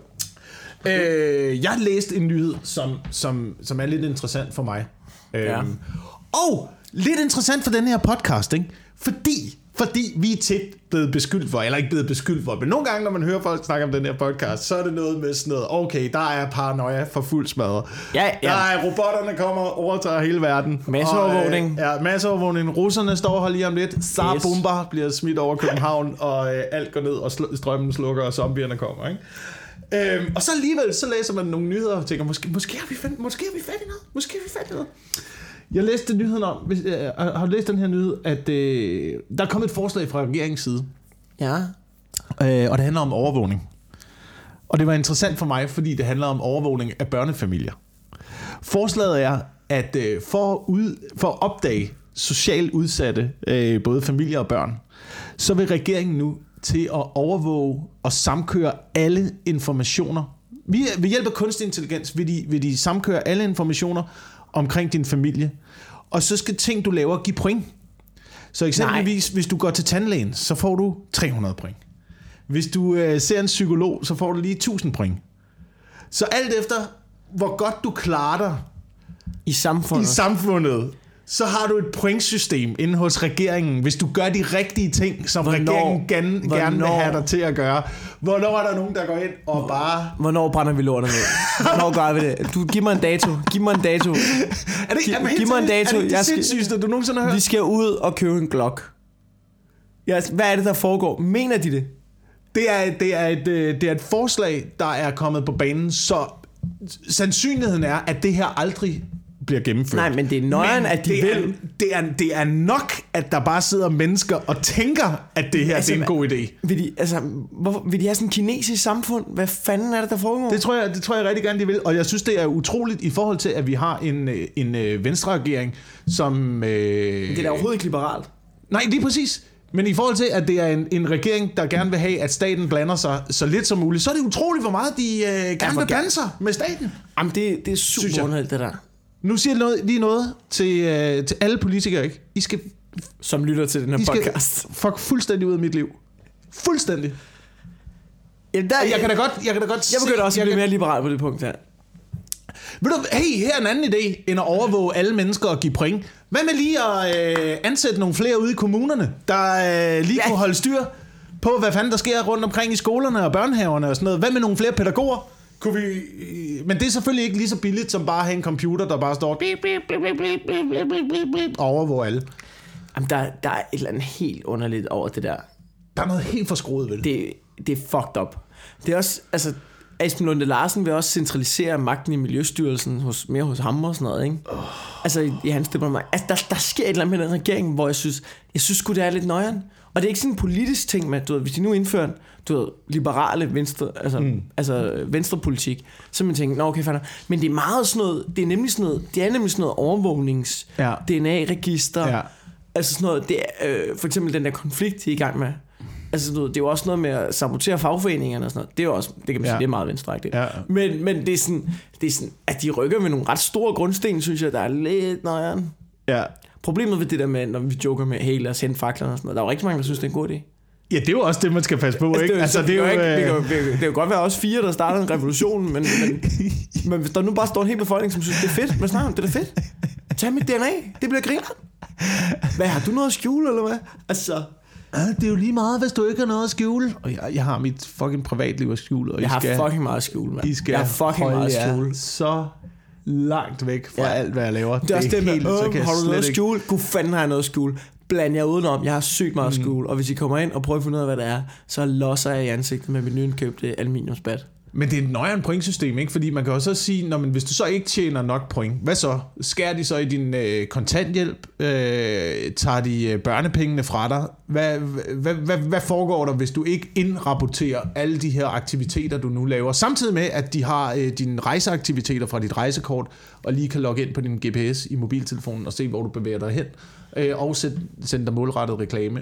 Jeg læste en nyhed, som er lidt interessant for mig. Og lidt interessant for den her podcast, ikke? Fordi vi er tit blevet beskyldt for, eller ikke blevet beskyldt for, men nogle gange, når man hører folk snakke om den her podcast, så er det noget med sådan noget, okay, der er paranoia for fuld smadret. Ja. Der er robotterne kommer og overtager hele verden. Masseovervågning. Masseovervågning. Russerne står her lige om lidt. Tsar-bomber bliver smidt over København, og alt går ned, og strømmen slukker, og zombierne kommer, ikke? Og så alligevel, så læser man nogle nyheder og tænker, måske har vi fat i noget. Jeg læste nyheden om, har du læst den her nyhed, at der er kommet et forslag fra regeringens side. Ja. Og det handler om overvågning. Og det var interessant for mig, fordi det handler om overvågning af børnefamilier. Forslaget er, at for at opdage socialt udsatte, både familier og børn, så vil regeringen nu til at overvåge og samkøre alle informationer. Ved hjælp af kunstig intelligens vil de samkøre alle informationer omkring din familie. Og så skal ting, du laver, give point. Så eksempelvis, hvis du går til tandlægen, så får du 300 point. Hvis du ser en psykolog, så får du lige 1000 point. Så alt efter, hvor godt du klarer dig i samfundet, så har du et pointsystem inde hos regeringen, hvis du gør de rigtige ting, som regeringen gerne vil have dig til at gøre. Hvornår er der nogen, der går ind og bare... Hvornår brænder vi lortet ned? Hvornår gør vi det? Giv mig en dato. Giv mig en dato. Giv mig en dato. Er det det sindssygste, du nogensinde har hørt? Vi skal ud og købe en Glock. Ja, hvad er det, der foregår? Mener de det? Det er et forslag, der er kommet på banen, så sandsynligheden er, at det her aldrig bliver gennemført. Nej, men det er nøjeren, at de vil. Det er nok, at der bare sidder mennesker og tænker, at det her det er en god idé. Vil de have sådan en kinesisk samfund? Hvad fanden er det, der foregår? Det tror jeg rigtig gerne, de vil. Og jeg synes, det er utroligt i forhold til, at vi har en Venstre-regering, som... Det er da overhovedet ikke liberalt. Nej, lige præcis. Men i forhold til, at det er en regering, der gerne vil have, at staten blander sig så lidt som muligt, så er det utroligt, hvor meget de gerne vil blande sig med staten. Jamen, det er super underligt, det der. Nu siger jeg lige noget til alle politikere, ikke? I skal... Som lytter til den her podcast. Fuck fuldstændig ud af mit liv. Fuldstændig. Jamen, jeg kan da godt Jeg begynder også at blive mere liberal på det punkt her. Ved du, her er en anden idé, end at overvåge alle mennesker og give point. Hvad med lige at ansætte nogle flere ude i kommunerne, der lige kunne holde styr på, hvad fanden der sker rundt omkring i skolerne og børnehaverne og sådan noget. Hvad med nogle flere pædagoger? Men det er selvfølgelig ikke lige så billigt, som bare at have en computer, der bare står og overvåger alle. Jamen, der er et eller andet helt underligt over det der. Der er noget helt forskruet ved det. Det er fucked up. Det er også, altså, Esben Lunde Larsen vil også centralisere magten i Miljøstyrelsen mere hos ham og sådan noget, ikke? Altså, i hans departement. Altså, der sker et eller andet med den regering, hvor jeg synes sgu, det er lidt nøjeren. Og det er ikke sådan en politisk ting med, du ved, hvis de nu indfører liberale venstre, altså venstrepolitik, så man tænker, nå okay, fanden. Men det er meget sådan noget, det er nemlig sådan noget overvågnings, DNA-register, altså sådan noget, det er, for eksempel den der konflikt, de er i gang med. Altså sådan noget, det er jo også noget med at sabotere fagforeningerne og sådan noget. Det er jo også, det kan man sige, det er meget venstreagtigt. Ja. Men det er sådan, at de rykker med nogle ret store grundsten, synes jeg, der er lidt nøjeren. Ja. Problemet ved det der med, når vi joker med, hey, lad os hente faklerne og sådan noget, der er jo rigtig mange, der synes, det er en god idé. Ja, det er jo også det, man skal passe på, ikke? Det kan jo godt være også 4, der starter en revolution, men hvis der nu bare står en hel befolkning, som synes, det er fedt, hvad snakker om, det er fedt. Tag mit DNA, det bliver griner. Hvad, har du noget at skjule, eller hvad? Altså... det er jo lige meget, hvis du ikke har noget at skjule. Og jeg har mit fucking privatliv at skjule. Og jeg har fucking meget at skjule, mand. I skal så langt væk fra alt, hvad jeg laver. Det er også det med, har du noget at skjule? Gud fanden har jeg noget at skjule. Bland jer udenom, jeg har sygt meget at skjule. Og hvis I kommer ind og prøver at finde ud af, hvad det er, så losser jeg i ansigtet med min nyindkøbte aluminiumsbat. Men det er et nøjere pointsystem, ikke? Fordi man kan også sige, hvis du så ikke tjener nok point, hvad så? Skærer de så i din kontanthjælp? Tager de børnepengene fra dig? Hvad foregår der, hvis du ikke indrapporterer alle de her aktiviteter, du nu laver? Samtidig med, at de har dine rejseaktiviteter fra dit rejsekort, og lige kan logge ind på din GPS i mobiltelefonen og se, hvor du bevæger dig hen, og sende dig målrettet reklame.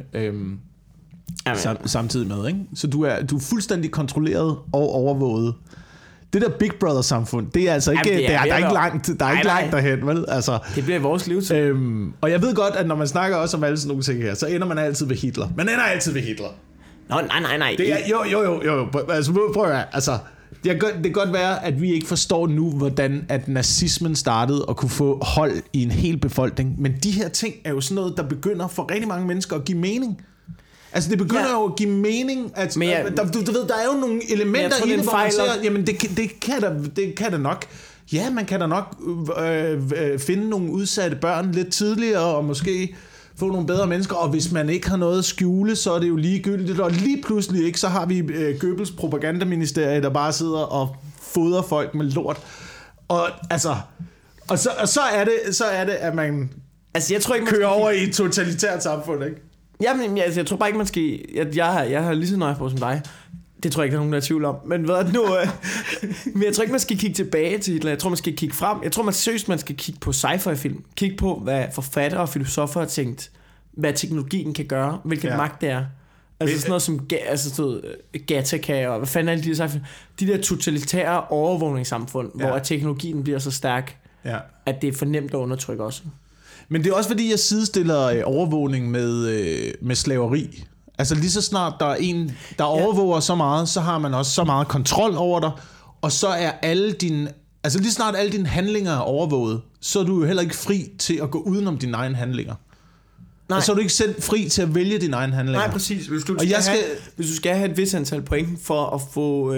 Samtidig med, ikke? Så du er fuldstændig kontrolleret og overvåget. Det der Big Brother samfund, det er altså ikke, der er ikke langt derhen, vel? Altså, det bliver vores liv. Og jeg ved godt, at når man snakker også om alle sådan nogle ting her, så ender man altid ved Hitler. Man ender altid ved Hitler. Nå, nej. Det er, jo. Altså, prøv at høre, altså, det kan godt være, at vi ikke forstår nu, hvordan at nazismen startede og kunne få hold i en hel befolkning. Men de her ting er jo sådan noget, der begynder for rigtig mange mennesker at give mening. Altså det begynder jo at give mening, at du ved, der er jo nogle elementer i det, hvor man siger, jamen det kan da nok. Ja, man kan da nok finde nogle udsatte børn lidt tidligere, og måske få nogle bedre mennesker, og hvis man ikke har noget at skjule, så er det jo ligegyldigt, og lige pludselig ikke, så har vi Goebbels propagandaministerie, der bare sidder og fodrer folk med lort. Og altså, og så er det, at man jeg tror ikke, kører over i et totalitært samfund, ikke? Jamen, jeg tror bare ikke, man skal... Jeg har lige så nøje på som dig. Det tror jeg ikke, der er nogen, der er i tvivl om. Men hvad nu? Men jeg tror ikke, man skal kigge tilbage til Hitler. Jeg tror, man skal kigge frem. Jeg tror, man skal kigge på sci-fi-film. Kigge på, hvad forfattere og filosofer har tænkt. Hvad teknologien kan gøre. Hvilken magt det er. Altså sådan noget som Gattaca og hvad fanden er alle de der sci-fi. De der totalitære overvågningssamfund, hvor teknologien bliver så stærk, at det er for nemt at undertrykke også. Men det er også fordi, jeg sidestiller overvågning med slaveri. Altså lige så snart der er en, der overvåger så meget, så har man også så meget kontrol over dig, og så er lige snart alle dine handlinger er overvåget, så er du jo heller ikke fri til at gå udenom dine egne handlinger. Nej. Og så er du ikke selv fri til at vælge dine egne handlinger. Nej, præcis. Hvis du skal have et vis antal point for at få...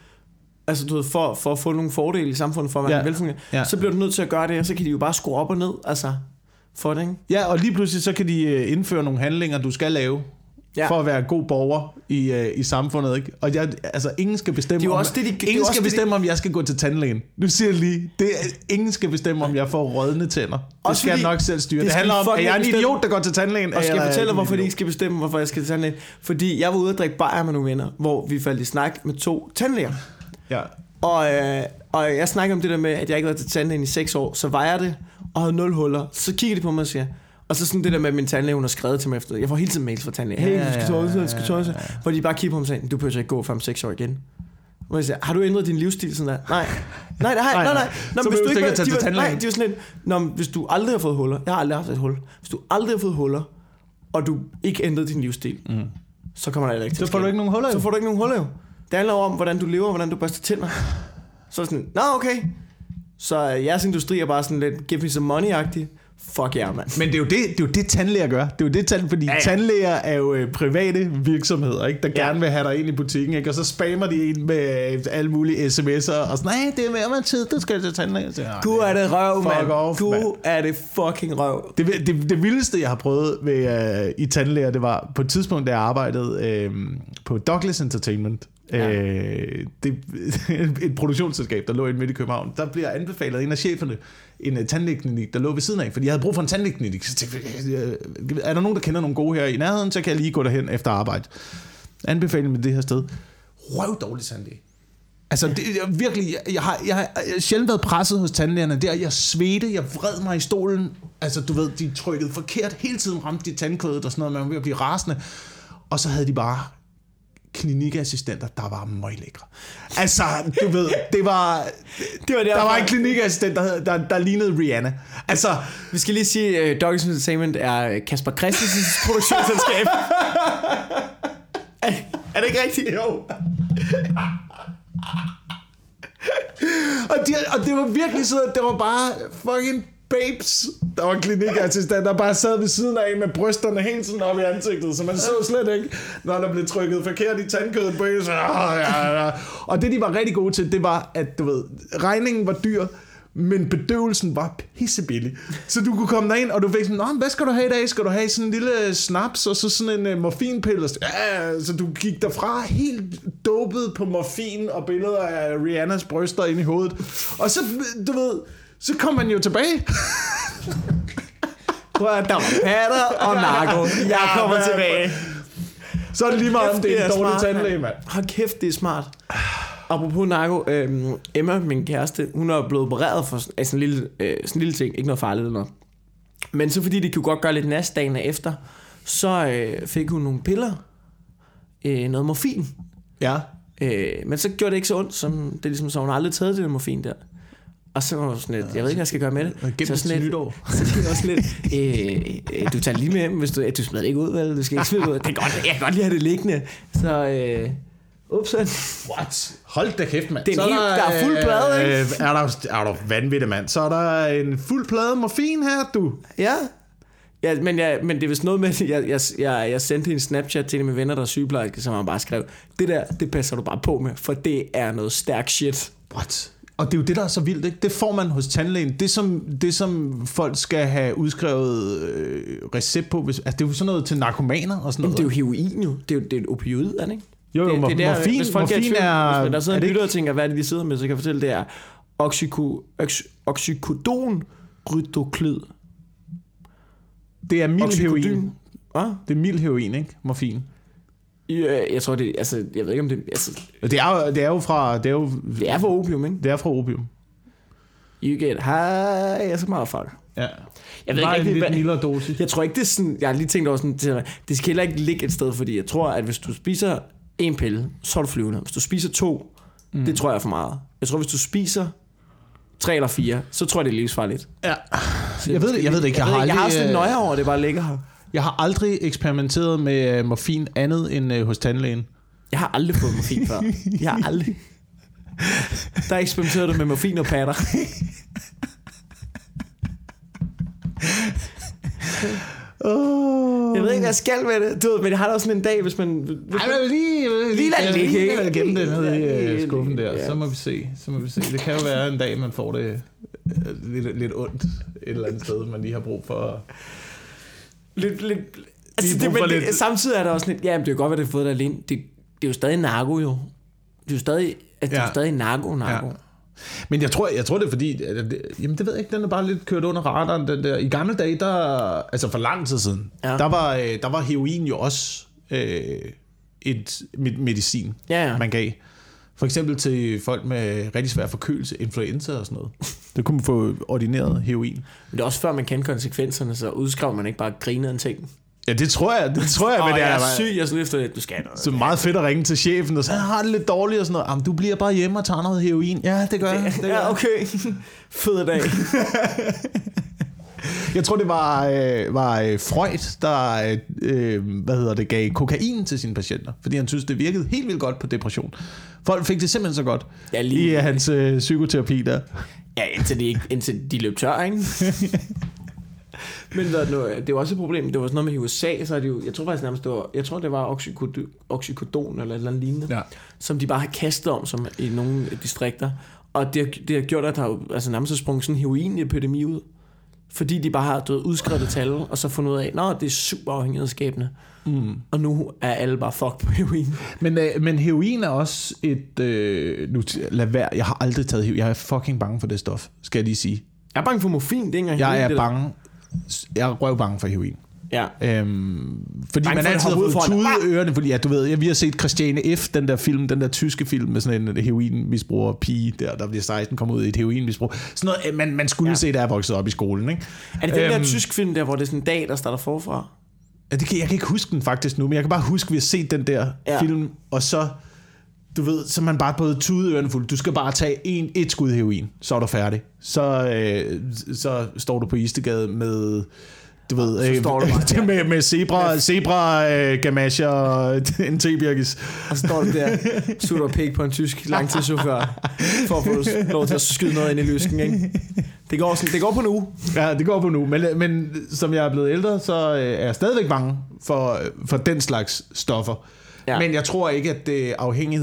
for at få nogle fordele i samfundet, for at være velfungerende, så bliver du nødt til at gøre det, og så kan de jo bare skrue op og ned, altså, for det, ikke? Ja, og lige pludselig, så kan de indføre nogle handlinger, du skal lave, for at være en god borger i samfundet, ikke? Og ingen skal bestemme, om jeg skal gå til tandlægen. Nu siger jeg lige, ingen skal bestemme, om jeg får rådne tænder. Det skal jeg nok selv styre. Det handler om, at jeg er en idiot, der går til tandlægen. Og skal jeg fortælle dig, hvorfor de ikke skal bestemme, hvorfor jeg skal til tandlægen? Fordi jeg var ude at drikke bajer med nogle venner, hvor vi faldt i snak med 2 tandlæger. Ja. Og jeg snakker om det der med, at jeg ikke har været til tandlægen i 6 år, så vejer det, og havde 0 huller. Så kigger de på mig og siger, og så sådan det der med, at min tandlæge, hun har skrevet til mig efter. Jeg får hele tiden mails fra tandlægen. Hey, du skal tåle. Hvor de bare kigger på mig og siger, du behøver ikke gå 5-6 år igen. Hvor jeg siger, har du ændret din livsstil sådan der? Nej, det har jeg. Nej. Så hvis du ikke tage til tandlægen. Nej, det er sådan lidt, hvis du aldrig har fået huller, jeg har aldrig haft et hul. Hvis du aldrig har fået huller, og du ikke ændret din livsstil, så kommer der ikke til. Så får du ikke nogen huller. Så får du ikke nogen huller. Det handler om, hvordan du lever, hvordan du børster tænder. Så er det sådan, okay. Så jeres industri er bare sådan lidt, give me some money-agtig. Fuck yeah, man. Men det er jo det tandlæger gør. Det er jo det fordi tandlæger er jo private virksomheder, ikke, der gerne vil have dig ind i butikken, ikke, og så spammer de en med alle mulige sms'er og sådan, nej, det er mere med tid, du skal til tandlæger. Gud er det røv, mand. Gud er det fucking røv. Det vildeste jeg har prøvet ved i tandlæger, det var på et tidspunkt, da jeg arbejdede på Douglas Entertainment, et produktionsselskab, der lå inde midt i København, der bliver anbefalet en af cheferne en tandlægeklinik, der lå ved siden af, fordi jeg havde brug for en tandlægeklinik. Så tænkte jeg, er der nogen, der kender nogle gode her i nærheden, så kan jeg lige gå derhen efter arbejde. Anbefaling med det her sted. Røv dårlig tandlæge. Altså, det er virkelig, jeg har sjældent været presset hos tandlægerne der. Jeg svedte, jeg vred mig i stolen. Altså, du ved, de trykkede forkert hele tiden, ramte de tandkødet og sådan noget, man var ved at blive rasende. Og så havde de bare klinikassistenter, der var møglækre. Altså, du ved, der var en klinikassistent, der lignede Rihanna. Altså, vi skal lige sige, Doggys Entertainment er Kasper Christensens produktionsselskab. Er det ikke rigtigt? Jo. og det var virkelig sådan, det var bare fucking babes, der var klinikassistent, der bare sad ved siden af med brysterne helt sådan op i ansigtet, så man så slet ikke, når der blev trykket forkert i tandkødet på en. Og det, de var rigtig gode til, det var, at du ved, regningen var dyr, men bedøvelsen var pissebillig. Så du kunne komme derind, og du fik sådan, hvad skal du have i dag? Skal du have sådan en lille snaps, og så sådan en morfinpille? Så du gik derfra helt dopet på morfin og billeder af Rihannas bryster ind i hovedet. Og så, du ved, så kom man jo tilbage. Der var patter og narko. Jeg kommer tilbage. Så er det lige meget, om det er en dårlig tandlæge, mand. Hold kæft, det er smart. Apropos narko, Emma, min kæreste, hun er blevet opereret for sådan en lille ting. Ikke noget farligt eller noget. Men så fordi det kunne godt gøre lidt nas dagen efter, så fik hun nogle piller. Noget morfin. Ja. Men så gjorde det ikke så ondt, som det ligesom, så hun aldrig taget det morfin der. Og så var hun sådan lidt, jeg ved ikke, hvad jeg skal gøre med det. Så sådan lidt nytår. Så det var også lidt, du tager lige med hjem, hvis du smider det ikke ud, vel? Du skal ikke smide det ud. Jeg kan godt lige have det liggende. Så, What? Hold da kæft, mand. Det er der er fuld plade, ikke? Er der vanvittigt, mand. Så er der en fuld plade morfin her, du. Ja. Ja, men det er vist noget med, jeg sendte en Snapchat til mine venner, der er sygeplejerske, som han bare skrev, det passer du bare på med, for det er noget stærk shit. What? Og det er jo det, der er så vildt, ikke? Det får man hos tandlægen. Det som folk skal have udskrevet recept på. Altså, det er jo sådan noget til narkomaner og sådan noget. Det er jo heroin jo. Det er et opioid, er det ikke? Jo, det morfin er... Hvis der sidder en lytter og tænker, hvad er det, de sidder med, så kan jeg fortælle, det er oxycodonrydoklid. Det er mild heroin. Det er mild heroin, ikke? Morfin. Jeg tror det, altså, jeg ved ikke om det, altså, det er jo fra opium, ikke? Det er fra opium. You get high, jeg så meget fuck. Ja. Jeg ved ikke lidt mildere dosis. Jeg tror ikke det er sådan, jeg har lige tænkt over sådan, det skal heller ikke ligge et sted, fordi jeg tror, at hvis du spiser en pille, så er du flyvende. Hvis du spiser 2, det tror jeg er for meget. Jeg tror, hvis du spiser 3 eller 4, så tror jeg, det er livsfarligt. Ja. Jeg ved det ikke. Jeg har også lidt nøje over, det bare ligger her. Jeg har aldrig eksperimenteret med morfin andet end hos tandlægen. Jeg har aldrig fået morfin før. Jeg har aldrig. Der eksperimenterede du med morfin og patter. Jeg ved ikke, hvad jeg skal med det. Du ved, men jeg har da også sådan en dag, hvis man... lige lad det ligge, ikke? Gemme det nede i skuffen der. Ja. Så må vi se. Det kan jo være en dag, man får det lidt ondt et eller andet sted, man lige har brug for... Altså, samtidig er der også lidt... Ja, men det er godt, at det har fået dig alene. Det er jo stadig narko, jo. Det er jo stadig... Det er jo stadig narko. Ja. Men jeg tror det er fordi... Jamen, det ved jeg ikke. Den er bare lidt kørt under radaren, den der. I gamle dage, altså for lang tid siden, der var heroin jo også et medicin, man gav. For eksempel til folk med rigtig svær forkølelse, influenza og sådan noget. Der kunne man få ordineret heroin. Men det er også før man kendte konsekvenserne, så udskrev man ikke bare griner en ting. Ja, det tror jeg. Men jeg er syg, jeg sådan efter, du skal noget. Så meget fedt at ringe til chefen, og så har det lidt dårligt og sådan noget. Jamen, du bliver bare hjemme og tager noget heroin. Ja, det gør jeg. Ja, okay. Fed dag. Jeg tror, det var Freud, der gav kokain til sine patienter, fordi han synes, det virkede helt vildt godt på depression. Folk fik det simpelthen så godt i hans psykoterapi der. Ja, indtil de løb tør, ikke? Men det var også et problem. Det var sådan noget med i USA, så er det jo, jeg tror faktisk nærmest, det var oxycodon eller et eller andet lignende, som de bare har kastet om som i nogle distrikter. Og det har gjort, at der altså nærmest er sprunget sådan en heroin-epidemi ud. fordi de bare har udskrevet tal, og så fundet ud af, nå, det er super afhængighedsskabende. Og nu er alle bare fucked på heroin. Men heroin er også et... lad være, jeg har aldrig taget heroin. Jeg er fucking bange for det stof, skal jeg lige sige. Jeg er bange for morfin, det er ikke Jeg er bange. Jeg er røvbange for heroin. Ja. Fordi man altid har fået tude ørerne, fordi du ved, vi har set Christiane F., den der film, den der tyske film med sådan en heroinmisbruger pige, der bliver 16, kommer ud i et heroinmisbrug. Sådan noget, man skulle se, der er vokset op i skolen, ikke? Er det den der tysk film der, hvor det er sådan en dag, der starter forfra? Ja, jeg kan ikke huske den faktisk nu, men jeg kan bare huske, at vi har set den der film, og så, du ved, så man bare både tude ørerne fuld. Du skal bare tage et skud heroin, så er du færdig. Så står du på Istegade med... Du ved, med zebra gamasher og en tebirkes. Og så står du der, sutter pik på en tysk langtidschauffør, for at få lov til at skyde noget ind i lysken, ikke? Det går på nu. Ja, det går på nu. Men som jeg er blevet ældre, så er jeg stadigvæk bange for den slags stoffer. Ja. Men jeg tror ikke, at det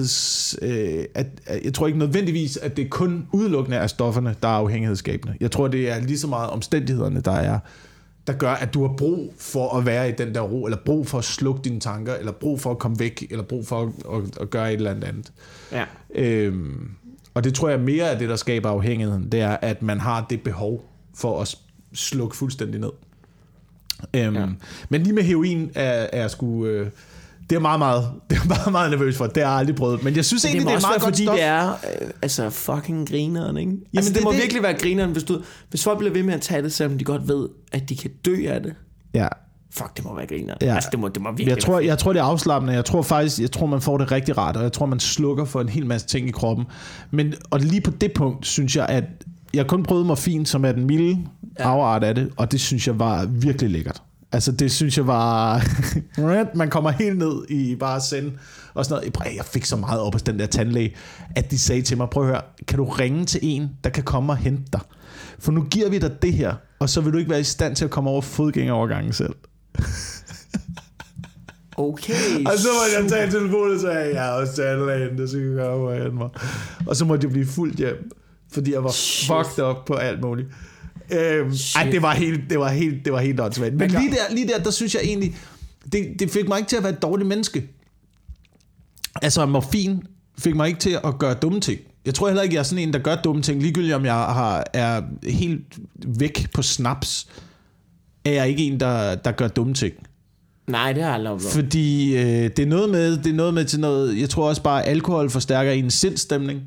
jeg tror ikke nødvendigvis, at det kun udelukkende er stofferne, der er afhængighedsskabende. Jeg tror, det er lige så meget omstændighederne, der gør, at du har brug for at være i den der ro, eller brug for at slukke dine tanker, eller brug for at komme væk, eller brug for at gøre et eller andet. Ja. Og det tror jeg mere af det, der skaber afhængigheden, det er, at man har det behov for at slukke fuldstændig ned. Men lige med heroin er sgu... det er meget, meget nervøs for. Det har jeg aldrig prøvet. Men jeg synes egentlig, det er meget godt stof. Det er altså fucking grineren, ikke? Jamen, altså, det må virkelig være grineren, hvis folk bliver ved med at tage det, selvom de godt ved, at de kan dø af det. Ja. Fuck, det må være grineren. Ja. Altså, det må virkelig jeg tror, det er afslappende. Jeg tror, man får det rigtig rart, og jeg tror, man slukker for en hel masse ting i kroppen. Og lige på det punkt, synes jeg, at jeg kun prøvede morfin, som er den milde afart af det, og det synes jeg var virkelig lækkert. Altså det synes jeg var man kommer helt ned i bare send og sådan noget. Jeg fik så meget op hos den der tandlæge, at de sagde til mig, prøv at høre, kan du ringe til en, der kan komme og hente dig? For nu giver vi dig det her, og så vil du ikke være i stand til at komme over fodgængerovergangen selv. Okay. Og så måtte jeg tage telefonen og sagde, jeg er også tandlægen, der skal komme og hente mig. Og så måtte jeg blive fuldt hjem, fordi jeg var fucked up på alt muligt. Det var helt åndssvagt. Men lige der synes jeg egentlig, det fik mig ikke til at være et dårligt menneske. Altså morfin fik mig ikke til at gøre dumme ting. Jeg tror heller ikke, jeg er sådan en, der gør dumme ting. Ligegyldigt om jeg er helt væk på snaps, er jeg ikke en, der gør dumme ting. Nej, det har jeg aldrig oplevet. Fordi det er noget med til noget. Jeg tror også bare, at alkohol forstærker en sindsstemning.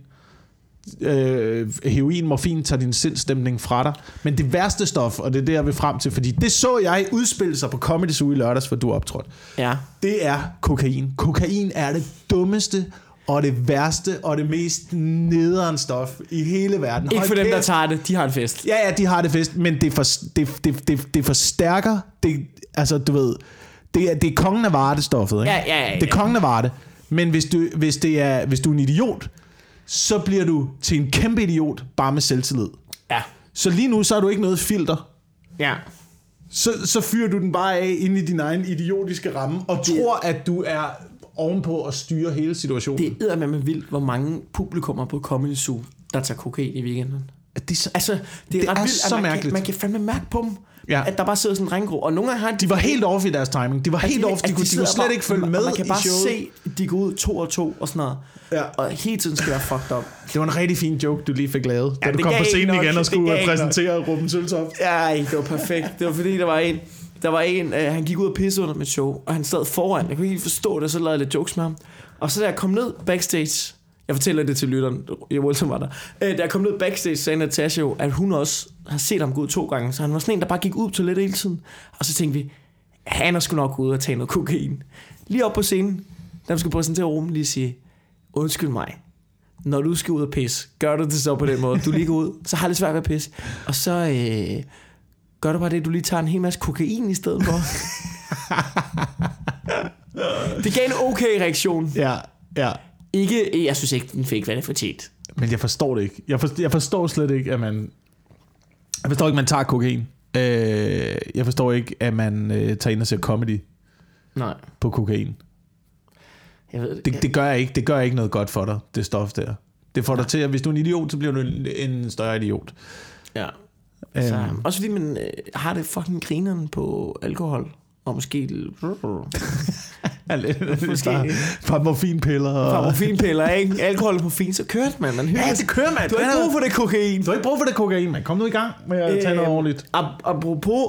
Heroin, morfin tager din sindsstemning fra dig. Men det værste stof, og det er det, jeg vil frem til, fordi det så jeg udspille sig på Comedy Zoo i lørdags, hvor du optrådte. Ja. Det er kokain. Kokain er det dummeste og det værste og det mest nederen stof i hele verden. Ikke for dem, der tager det. De har det fest. Ja, de har det fest, men det forstærker det, altså du ved, det er kongen af vartestoffet, ikke? Ja. Det er kongen af varte. Men hvis du er en idiot, så bliver du til en kæmpe idiot, bare med selvtillid. Ja. Så lige nu, så har du ikke noget filter. Ja. Så fyrer du den bare af ind i din egen idiotiske ramme, og tror, at du er ovenpå at styre hele situationen. Det er eddermame vildt, hvor mange publikummer på Comedy Zoo, der tager kokain i weekenden. Det er ret vildt, så mærkeligt. Man kan fandme mærke på dem. Ja. At der bare sidder sådan en ringgro. Og nogle gange har de var helt off i deres timing. De var helt off. De kunne slet ikke følge med. Man kan bare se, de går ud 2 og 2 og sådan noget. Ja. Og hele tiden skal være fucked up. Det var en rigtig fin joke, du lige fik lavet. Da du kom på scenen igen og skulle præsentere Ruben Søltoft. Ja, det var perfekt. Det var fordi, der var en, han gik ud og pisse under mit show, og han sad foran. Jeg kunne ikke forstå det, så lavede jeg lidt jokes med ham. Og så da jeg kom ned backstage, jeg fortæller det til lytteren, som var der. Da jeg kom ned backstage, sagde Natasha jo, at hun også har set ham gå ud 2 gange. Så han var sådan en, der bare gik ud til lidt hele tiden. Og så tænkte vi, han er sgu nok ud og tage noget kokain. Lige op på scenen, da vi skulle præsentere Ruben, lige sige, undskyld mig, når du skal ud og pisse, gør du det så på den måde. Du lige går ud, så har det svært ved at pisse. Og så gør du bare det, du lige tager en hel masse kokain i stedet for. Det gav en okay reaktion. Ja. Ikke, jeg synes ikke, den fik, hvad det fortjent. Men jeg forstår det ikke. Jeg forstår slet ikke, at man... Jeg forstår ikke, at man tager kokain. Jeg forstår ikke, at man tager ind og ser comedy. Nej. På kokain. Det gør jeg ikke. Det gør ikke noget godt for dig, det stof der. Det får dig til, at hvis du er en idiot, så bliver du en større idiot. Ja. Så, også fordi man har det fucking grineren på alkohol. Og måske fra morfinpiller. Fra morfinpiller, ikke? Alkohol og morfin, så kørte man. Ja, det kører man. Du har ikke brug for det kokain. Du har ikke brug for det kokain, man. Kom nu i gang med at tage noget ordentligt. Apropos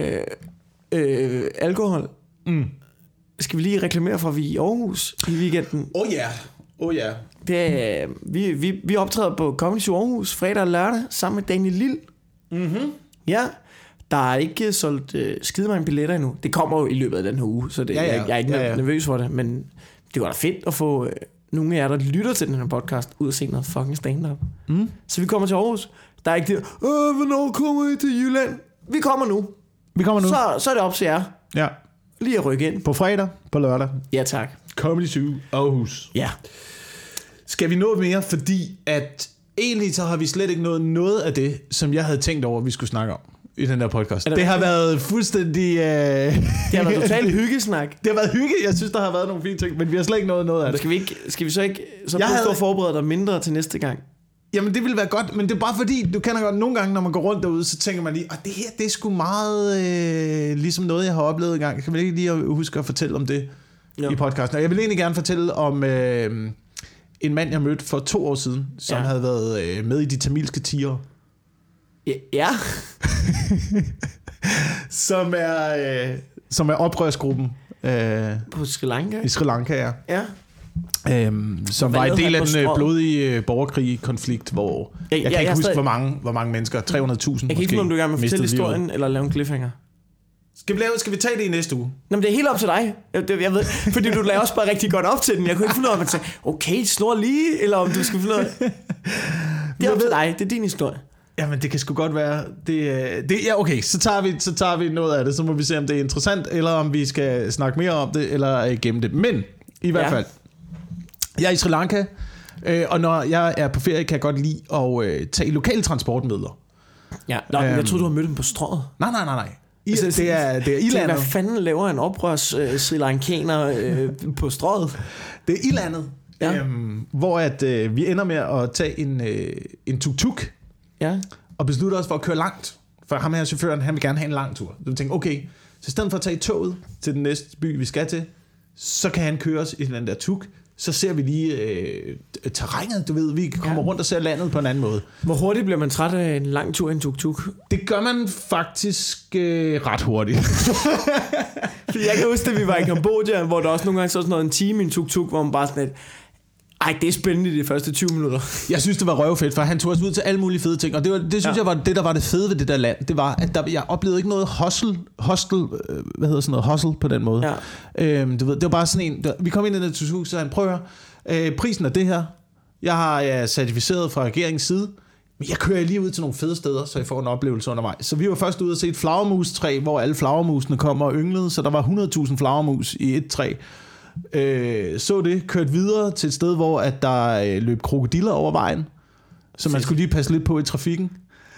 alkohol. Skal vi lige reklamere for, at vi er i Aarhus i weekenden? Ja. Vi optræder på Comedy Show Aarhus fredag og lørdag sammen med Daniel Lille. Ja. Der er ikke solgt skide mange billetter endnu. Det kommer jo i løbet af den her uge, så det, jeg er ikke nervøs for det. Men det var da fedt at få nogle af jer, der lytter til den her podcast, ud og se noget fucking stand-up. Så vi kommer til Aarhus. Der er ikke det, hvornår kommer I til Jylland? Vi kommer nu. Så er det op til jer. Ja. Lige at rykke ind. På fredag, på lørdag. Ja, tak. Comedy Show Aarhus. Ja. Skal vi nå mere, fordi at egentlig så har vi slet ikke nået noget af det, som jeg havde tænkt over, at vi skulle snakke om i den der podcast. Det har været fuldstændig... Det har været totalt hyggesnak. Det har været hygge. Jeg synes, der har været nogle fine ting, men vi har slet ikke nået noget af det. Skal vi så ikke forberede dig mindre til næste gang? Jamen, det ville være godt, men det er bare fordi, du kender godt, nogle gange, når man går rundt derude, så tænker man lige, det her, det er sgu meget ligesom noget, jeg har oplevet en gang. Kan man ikke lige huske at fortælle om det i podcasten? Og jeg vil egentlig gerne fortælle om en mand, jeg mødte for 2 år siden, som havde været med i de tamilske tiger. Ja. som er oprørsgruppen. På Sri Lanka? I Sri Lanka, ja. Som var en del af den blodige borgerkrig-konflikt, hvor jeg kan ikke huske, hvor mange mennesker, 300.000 måske. Jeg kan ikke, om du gerne vil fortælle historien, eller lave en cliffhanger. Skal vi tage det i næste uge? Nå, men det er helt op til dig. Jeg ved, fordi du laver også bare rigtig godt op til den. Jeg kunne ikke finde ud af, at man sagde, okay, snor lige, eller om du skal finde ud af. Det er op til dig, det er din historie. Jamen, det kan sgu godt være. Ja, okay, så tager vi noget af det, så må vi se, om det er interessant, eller om vi skal snakke mere om det, eller gemme det. Men, i hvert fald, jeg er i Sri Lanka, og når jeg er på ferie, kan jeg godt lide at tage lokale transportmidler. Ja, jeg troede, du havde mødt dem på strøget. Nej. Det er ilandet. Hvad fanden laver en oprørs Sri Lankaner på strøget? Det er ilandet, hvor at, vi ender med at tage en tuk-tuk, og beslutter os for at køre langt. For ham her chaufføren, han vil gerne have en lang tur. Så vi tænker, okay, så i stedet for at tage toget til den næste by, vi skal til, så kan han køre os i den der tuk. Så ser vi lige terrænet, du ved, vi kommer rundt og ser landet på en anden måde. Hvor hurtigt bliver man træt af en lang tur i en tuk-tuk? Det gør man faktisk ret hurtigt. Fordi jeg kan huske, at vi var i Kambodja, hvor der også nogle gange så sådan noget en time i en tuk-tuk, hvor man bare sådan lidt, det er spændende i de første 20 minutter. Jeg synes, det var røvfedt, for han tog os ud til alle mulige fede ting. Og det synes jeg var det, der var det fede ved det der land. Det var, at jeg oplevede ikke noget hostel på den måde. Du ved, det var bare sådan en... Vi kom ind i den tuk-tuk, så han prøver. Prisen er det her. Jeg har certificeret fra regeringens side. Men jeg kører lige ud til nogle fede steder, så jeg får en oplevelse undervejs. Så vi var først ude og se et flagermustræ, hvor alle flagermusene kommer og ynglede. Så der var 100.000 flagermus i et træ. Så det, kørt videre til et sted, hvor at der løb krokodiller over vejen, så man skulle lige passe lidt på i trafikken.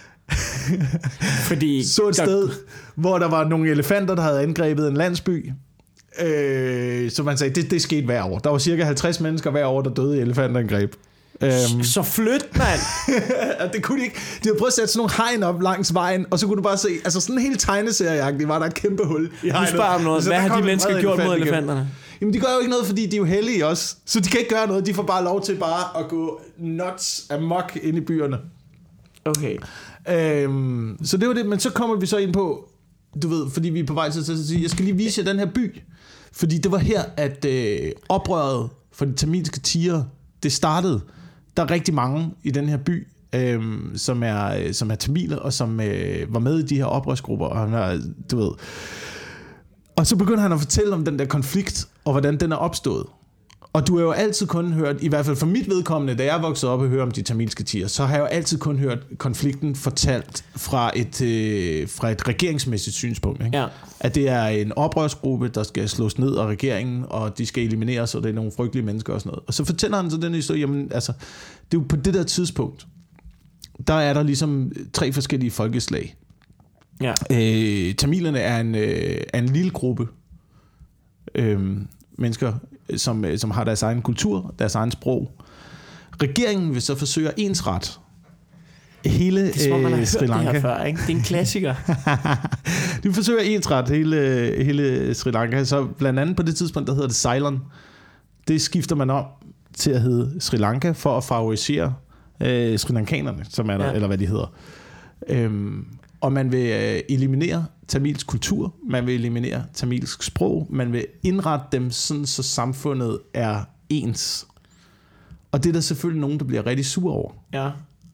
Fordi så et sted, hvor der var nogle elefanter, der havde angrebet en landsby. Så man sagde, det skete hver år. Der var cirka 50 mennesker hver år, der døde i elefantangreb. Så flyt, mand. Det kunne de ikke. De havde prøvet at sætte sådan nogle hegn op langs vejen, og så kunne du bare se, altså sådan en helt tegneserieagtigt, var der et kæmpe hul i hegnet. Du spørger om noget. Hvad har de mennesker gjort mod elefanterne? Jamen, de gør jo ikke noget, fordi de er jo heldige også. Så de kan ikke gøre noget. De får bare lov til bare at gå nuts amok ind i byerne. Okay. Så det var det. Men så kommer vi så ind på, du ved, fordi vi er på vej til at sige, jeg skal lige vise jer den her by. Fordi det var her, at oprøret for de tamilske tiger, det startede. Der er rigtig mange i den her by, som er tamiler, og som var med i de her oprørsgrupper. Og han er, du ved... Og så begynder han at fortælle om den der konflikt, og hvordan den er opstået. Og du har jo altid kun hørt, i hvert fald for mit vedkommende, da jeg voksede op og hørte om de tamilske tiger, så har jeg jo altid kun hørt konflikten fortalt fra et regeringsmæssigt synspunkt. Ikke? Ja. At det er en oprørsgruppe, der skal slås ned af regeringen, og de skal elimineres, og det er nogle frygtelige mennesker og sådan noget. Og så fortæller han så den historie, jamen altså, det er jo på det der tidspunkt, der er der ligesom 3 forskellige folkeslag. Ja. Tamilerne er en lille gruppe mennesker, som har deres egen kultur, deres egen sprog. Regeringen vil så forsøge at ensret hele Det er som om, man har hørt Sri Lanka. det her før, ikke? Det er en klassiker. De forsøger ensret hele Sri Lanka. Så blandt andet på det tidspunkt, der hedder det Ceylon. Det skifter man om til at hedde Sri Lanka for at favorisere Sri Lankanerne, som er der, eller hvad de hedder. Og man vil eliminere tamilsk kultur, man vil eliminere tamilsk sprog, man vil indrette dem sådan, så samfundet er ens. Og det er der selvfølgelig nogen, der bliver rigtig sur over. Ja.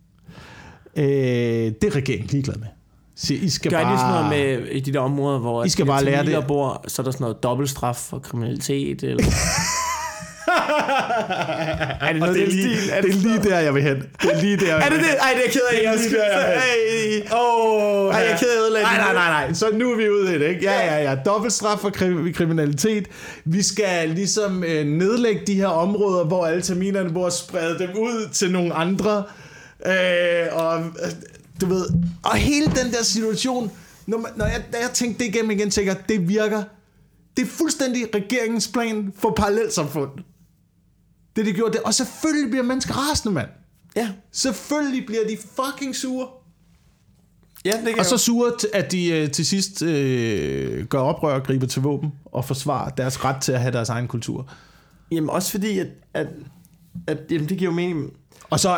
Det er regeringen ligeglad med. Så I skal Gør bare... de sådan noget med i de der områder, hvor I skal bare lære det. Bor, så er der sådan noget dobbeltstraf for kriminalitet, eller... Er det noget, det er lige der, jeg vil hen. Det er lige der, er det det? Ej, det er jeg ked af. Jeg er ked af. Nej. Så nu er vi ude i det, ikke? Ja. Dobbeltstraf for kriminalitet. Vi skal ligesom nedlægge de her områder, hvor alle tamilerne bor, sprede dem ud til nogle andre. Du ved... Og hele den der situation, når jeg tænkte det igennem igen, tænker det virker. Det er fuldstændig regeringens plan for parallelsamfund. Det de gjorde det. Og selvfølgelig bliver mennesker rasende, mand. Ja. Selvfølgelig bliver de fucking sure. Ja, det kan og så sure, at de til sidst gør oprør og griber til våben og forsvarer deres ret til at have deres egen kultur. Jamen også fordi, at jamen, det giver jo mening. Og så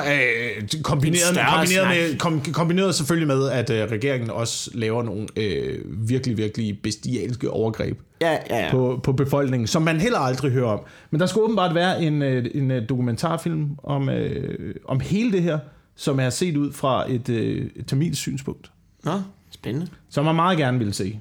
kombineret selvfølgelig med, at regeringen også laver nogle virkelig, virkelig bestialske overgreb på befolkningen, som man heller aldrig hører om. Men der skulle åbenbart være en dokumentarfilm om hele det her, som er set ud fra et tamilsk synspunkt. Nå, spændende. Som man meget gerne vil se.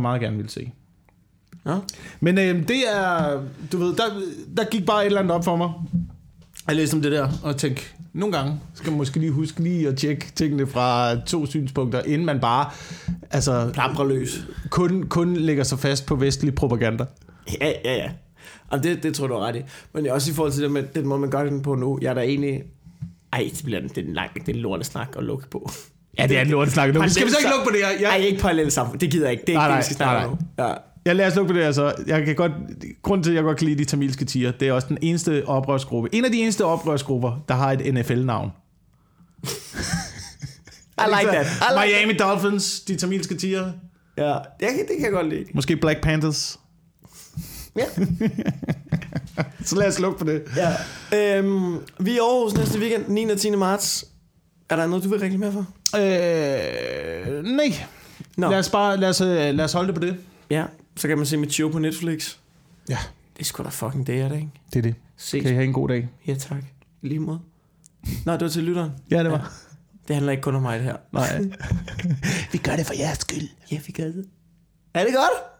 Ja. Men det er, du ved, der gik bare et eller andet op for mig. Jeg læste om det der og tænkte, nogle gange skal man måske lige huske lige at tjekke tingene fra 2 synspunkter, inden man bare plampreløs kun lægger sig fast på vestlig propaganda. Ja. Og det tror du er ret i. Men også i forhold til det med, den måde man gør det på nu, jeg er der egentlig... Ej, det er en lortesnak at lukke på. Ja, det er en lortesnak. Skal vi så ikke lukke på det her? Ej, ikke parallelt samfund. Det gider jeg ikke. Det er ikke det, vi skal snakke om nu. Ja. Ja, lad os lukke på det her så. Grunden til, at jeg godt kan lide de tamilske tiger, det er også den eneste oprørsgruppe. En af de eneste oprørsgrupper, der har et NFL-navn. I like that. Miami Dolphins, de tamilske tiger. Ja, det kan jeg godt lide. Måske Black Panthers. Ja. Så lad os lukke på det. Ja. Vi er i Aarhus næste weekend, 9. og 10. marts. Er der noget, du vil reklamere for? Nej. No. Lad os holde det på det. Ja, så kan man se mit show på Netflix. Ja. Det er sgu da fucking det, er det ikke? Det er det. Ses. Kan I have en god dag? Ja, tak. I lige måde. Nå, det var til lytteren. Ja, det var. Ja. Det handler ikke kun om mig, det her. Nej. Vi gør det for jeres skyld. Ja, vi gør det. Er det godt?